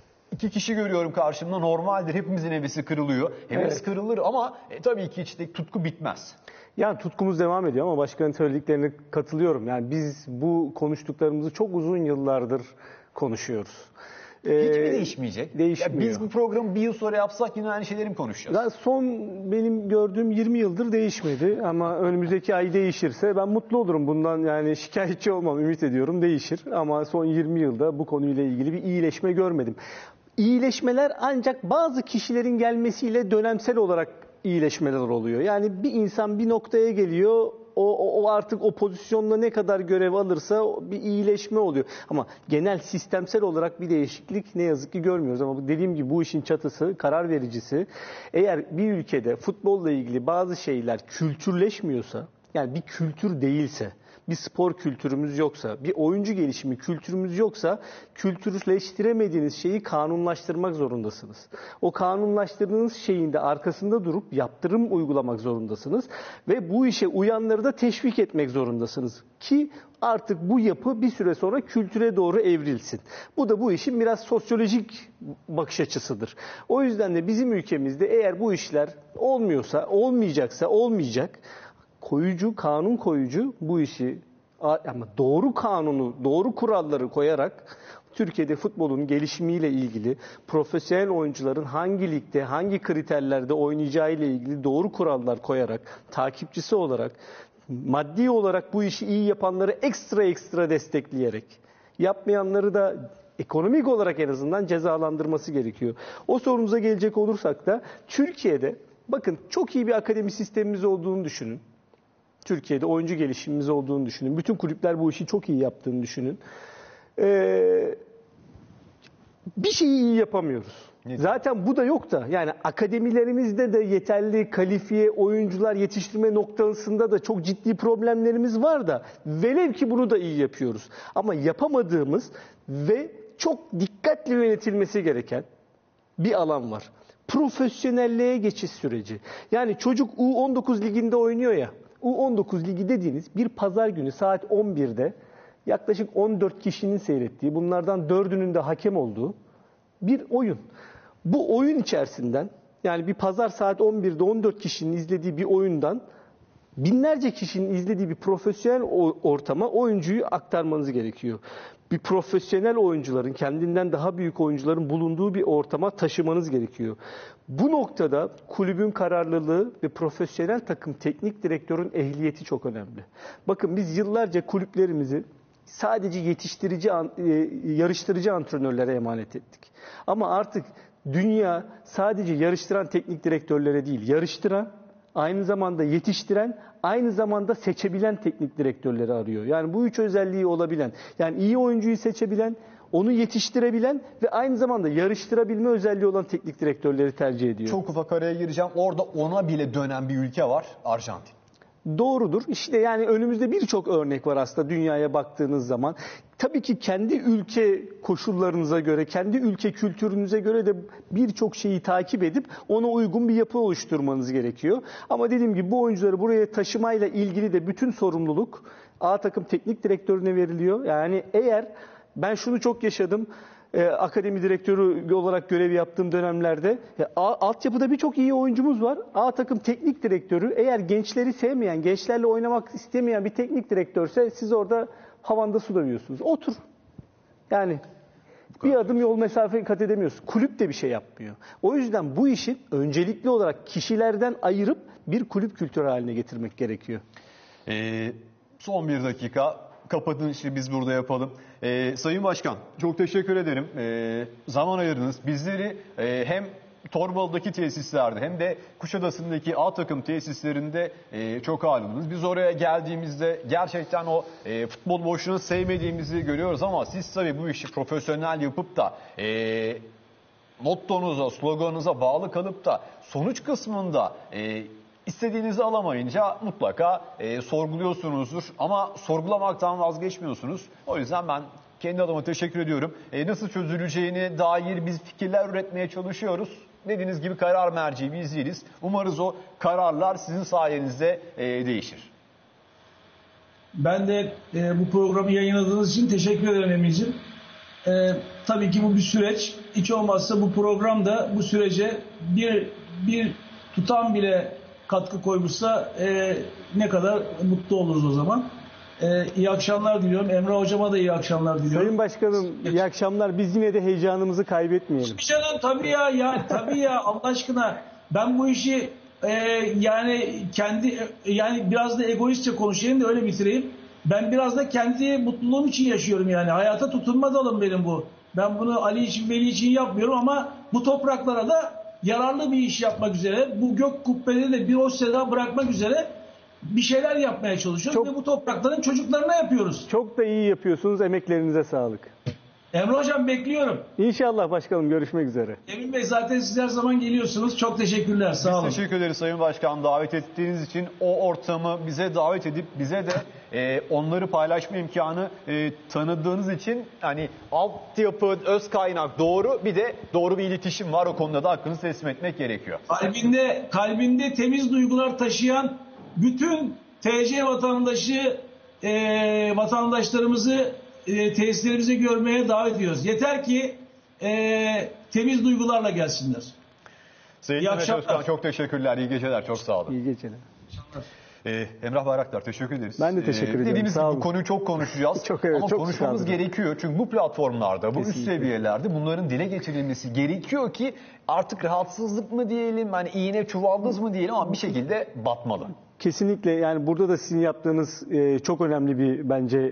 2 kişi görüyorum karşımda. Normaldir, hepimizin hevesi kırılıyor. Heves kırılır ama tabii ki içindeki tutku bitmez. Yani tutkumuz devam ediyor ama başkanın söylediklerine katılıyorum. Yani biz bu konuştuklarımızı çok uzun yıllardır konuşuyoruz. Hiç mi değişmeyecek? Değişmiyor. Ya biz bu programı bir yıl sonra yapsak yine aynı şeyleri mi konuşacağız? Yani son benim gördüğüm 20 yıldır değişmedi ama önümüzdeki ay değişirse ben mutlu olurum. Bundan yani şikayetçi olmam, ümit ediyorum değişir. Ama son 20 yılda bu konuyla ilgili bir iyileşme görmedim. İyileşmeler ancak bazı kişilerin gelmesiyle dönemsel olarak iyileşmeler oluyor. Yani bir insan bir noktaya geliyor, o artık o pozisyonda ne kadar görev alırsa bir iyileşme oluyor. Ama genel sistemsel olarak bir değişiklik ne yazık ki görmüyoruz. Ama dediğim gibi bu işin çatısı, karar vericisi, eğer bir ülkede futbolla ilgili bazı şeyler kültürleşmiyorsa, yani bir kültür değilse, bir spor kültürümüz yoksa, bir oyuncu gelişimi kültürümüz yoksa kültürleştiremediğiniz şeyi kanunlaştırmak zorundasınız. O kanunlaştırdığınız şeyin de arkasında durup yaptırım uygulamak zorundasınız ve bu işe uyanları da teşvik etmek zorundasınız ki artık bu yapı bir süre sonra kültüre doğru evrilsin. Bu da bu işin biraz sosyolojik bakış açısıdır. O yüzden de bizim ülkemizde eğer bu işler olmuyorsa, olmayacak. Kanun koyucu bu işi ama doğru kanunu, doğru kuralları koyarak Türkiye'de futbolun gelişimiyle ilgili profesyonel oyuncuların hangi ligde, hangi kriterlerde oynayacağı ile ilgili doğru kurallar koyarak, takipçisi olarak, maddi olarak bu işi iyi yapanları ekstra destekleyerek, yapmayanları da ekonomik olarak en azından cezalandırması gerekiyor. O sorumuza gelecek olursak da Türkiye'de bakın çok iyi bir akademi sistemimiz olduğunu düşünün. Türkiye'de oyuncu gelişimimiz olduğunu düşünün. Bütün kulüpler bu işi çok iyi yaptığını düşünün. Bir şeyi iyi yapamıyoruz. Zaten bu da yok da yani akademilerimizde de yeterli kalifiye oyuncular yetiştirme noktasında da çok ciddi problemlerimiz var da velev ki bunu da iyi yapıyoruz. Ama yapamadığımız ve çok dikkatli yönetilmesi gereken bir alan var. Profesyonelliğe geçiş süreci. Yani çocuk U19 liginde oynuyor ya. U19 ligi dediğiniz bir pazar günü saat 11'de yaklaşık 14 kişinin seyrettiği, bunlardan 4'ünün de hakem olduğu bir oyun. Bu oyun içerisinden yani bir pazar saat 11'de 14 kişinin izlediği bir oyundan binlerce kişinin izlediği bir profesyonel ortama oyuncuyu aktarmanız gerekiyor. Bir profesyonel oyuncuların, kendinden daha büyük oyuncuların bulunduğu bir ortama taşımanız gerekiyor. Bu noktada kulübün kararlılığı ve profesyonel takım teknik direktörün ehliyeti çok önemli. Bakın biz yıllarca kulüplerimizi sadece yarıştırıcı antrenörlere emanet ettik. Ama artık dünya sadece yarıştıran teknik direktörlere değil, yarıştıran, aynı zamanda yetiştiren, aynı zamanda seçebilen teknik direktörleri arıyor. Yani bu üç özelliği olabilen, yani iyi oyuncuyu seçebilen, onu yetiştirebilen ve aynı zamanda yarıştırabilme özelliği olan teknik direktörleri tercih ediyor. Çok ufak araya gireceğim. Orada ona bile dönen bir ülke var. Arjantin. Doğrudur. İşte yani önümüzde birçok örnek var aslında dünyaya baktığınız zaman. Tabii ki kendi ülke koşullarınıza göre, kendi ülke kültürünüze göre de birçok şeyi takip edip ona uygun bir yapı oluşturmanız gerekiyor. Ama dediğim gibi bu oyuncuları buraya taşımayla ilgili de bütün sorumluluk A takım teknik direktörüne veriliyor. Yani eğer ben şunu çok yaşadım. Akademi direktörü olarak görev yaptığım dönemlerde altyapıda birçok iyi oyuncumuz var. A takım teknik direktörü eğer gençleri sevmeyen, gençlerle oynamak istemeyen bir teknik direktörse siz orada havanda su dövüyorsunuz. Otur. Yani bir adım yol mesafe kat edemiyorsun. Kulüp de bir şey yapmıyor. O yüzden bu işi öncelikli olarak kişilerden ayırıp bir kulüp kültürü haline getirmek gerekiyor. Son bir dakika. Kapatın işi biz burada yapalım. Sayın Başkan çok teşekkür ederim. Zaman ayırdınız. Bizleri hem Torbalı'daki tesislerde hem de Kuşadası'ndaki A takım tesislerinde çok ağırladınız. Biz oraya geldiğimizde gerçekten o futbol boşluğunu sevmediğimizi görüyoruz ama siz tabii bu işi profesyonel yapıp da mottonuza, sloganınıza bağlı kalıp da sonuç kısmında İstediğinizi alamayınca mutlaka sorguluyorsunuzdur ama sorgulamaktan vazgeçmiyorsunuz. O yüzden ben kendi adıma teşekkür ediyorum. Nasıl çözüleceğine dair biz fikirler üretmeye çalışıyoruz. Dediğiniz gibi karar merci biz değiliz. Umarız o kararlar sizin sayenizde değişir. Ben de bu programı yayınladığınız için teşekkür ederim Emin'ciğim. Tabii ki bu bir süreç. Hiç olmazsa bu program da bu sürece bir tutam bile katkı koymuşsa ne kadar mutlu oluruz o zaman. İyi akşamlar diliyorum. Emre Hocama da iyi akşamlar diliyorum. Sayın Başkanım iyi akşamlar. Biz yine de heyecanımızı kaybetmeyelim. Canım tabii ya tabii ya Allah aşkına. Ben bu işi yani biraz da egoistçe konuşayım da öyle bitireyim. Ben biraz da kendi mutluluğum için yaşıyorum yani. Hayata tutunma dalım benim bu. Ben bunu Ali için, Veli için yapmıyorum ama bu topraklara da yararlı bir iş yapmak üzere, bu gök kubbeleri de bir o seda bırakmak üzere bir şeyler yapmaya çalışıyoruz ve bu toprakların çocuklarına yapıyoruz. Çok da iyi yapıyorsunuz. Emeklerinize sağlık. Emre Hocam bekliyorum. İnşallah başkanım görüşmek üzere. Emin Bey zaten siz her zaman geliyorsunuz. Çok teşekkürler. Sağ olun. Biz teşekkür ederiz Sayın Başkan davet ettiğiniz için. O ortamı bize davet edip bize de onları paylaşma imkanı tanıdığınız için hani altyapı, öz kaynak doğru bir de doğru bir iletişim var. O konuda da hakkınızı teslim etmek gerekiyor. Kalbinde temiz duygular taşıyan bütün TC vatandaşlarımızı tesislerimizi görmeye davet ediyoruz. Yeter ki temiz duygularla gelsinler. Sayın Mehmet Özkan çok teşekkürler. İyi geceler. Çok sağ olun. İyi geceler. Emrah Bayraktar teşekkür ederiz. Ben de teşekkür ediyorum. Dediğimiz gibi Sağ bu olun. konuyu çok konuşacağız. Evet, ama çok konuşmamız sıkıldım. gerekiyor. Çünkü bu platformlarda, bu üst seviyelerde bunların dile getirilmesi gerekiyor ki artık rahatsızlık mı diyelim, hani iğne çuvaldız mı diyelim ama bir şekilde batmalı. Kesinlikle yani burada da sizin yaptığınız çok önemli bir bence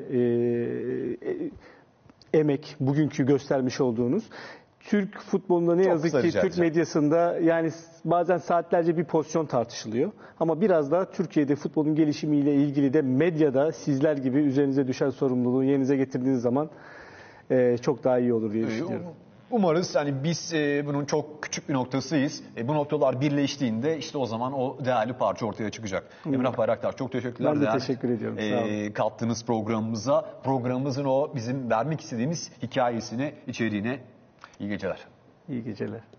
emek, bugünkü göstermiş olduğunuz. Türk futbolunda ne yazık ki Türk medyasında yani bazen saatlerce bir pozisyon tartışılıyor. Ama biraz daha Türkiye'de futbolun gelişimiyle ilgili de medyada sizler gibi üzerinize düşen sorumluluğu yerinize getirdiğiniz zaman çok daha iyi olur diye düşünüyorum. Umarız hani biz bunun çok küçük bir noktasıyız. Bu noktalar birleştiğinde işte o zaman o değerli parça ortaya çıkacak. Emrah Bayraktar çok teşekkürler. Ben de teşekkür ediyorum. Sağ olun. Kattığınız programımıza, programımızın o bizim vermek istediğimiz hikayesine, içeriğine iyi geceler. İyi geceler.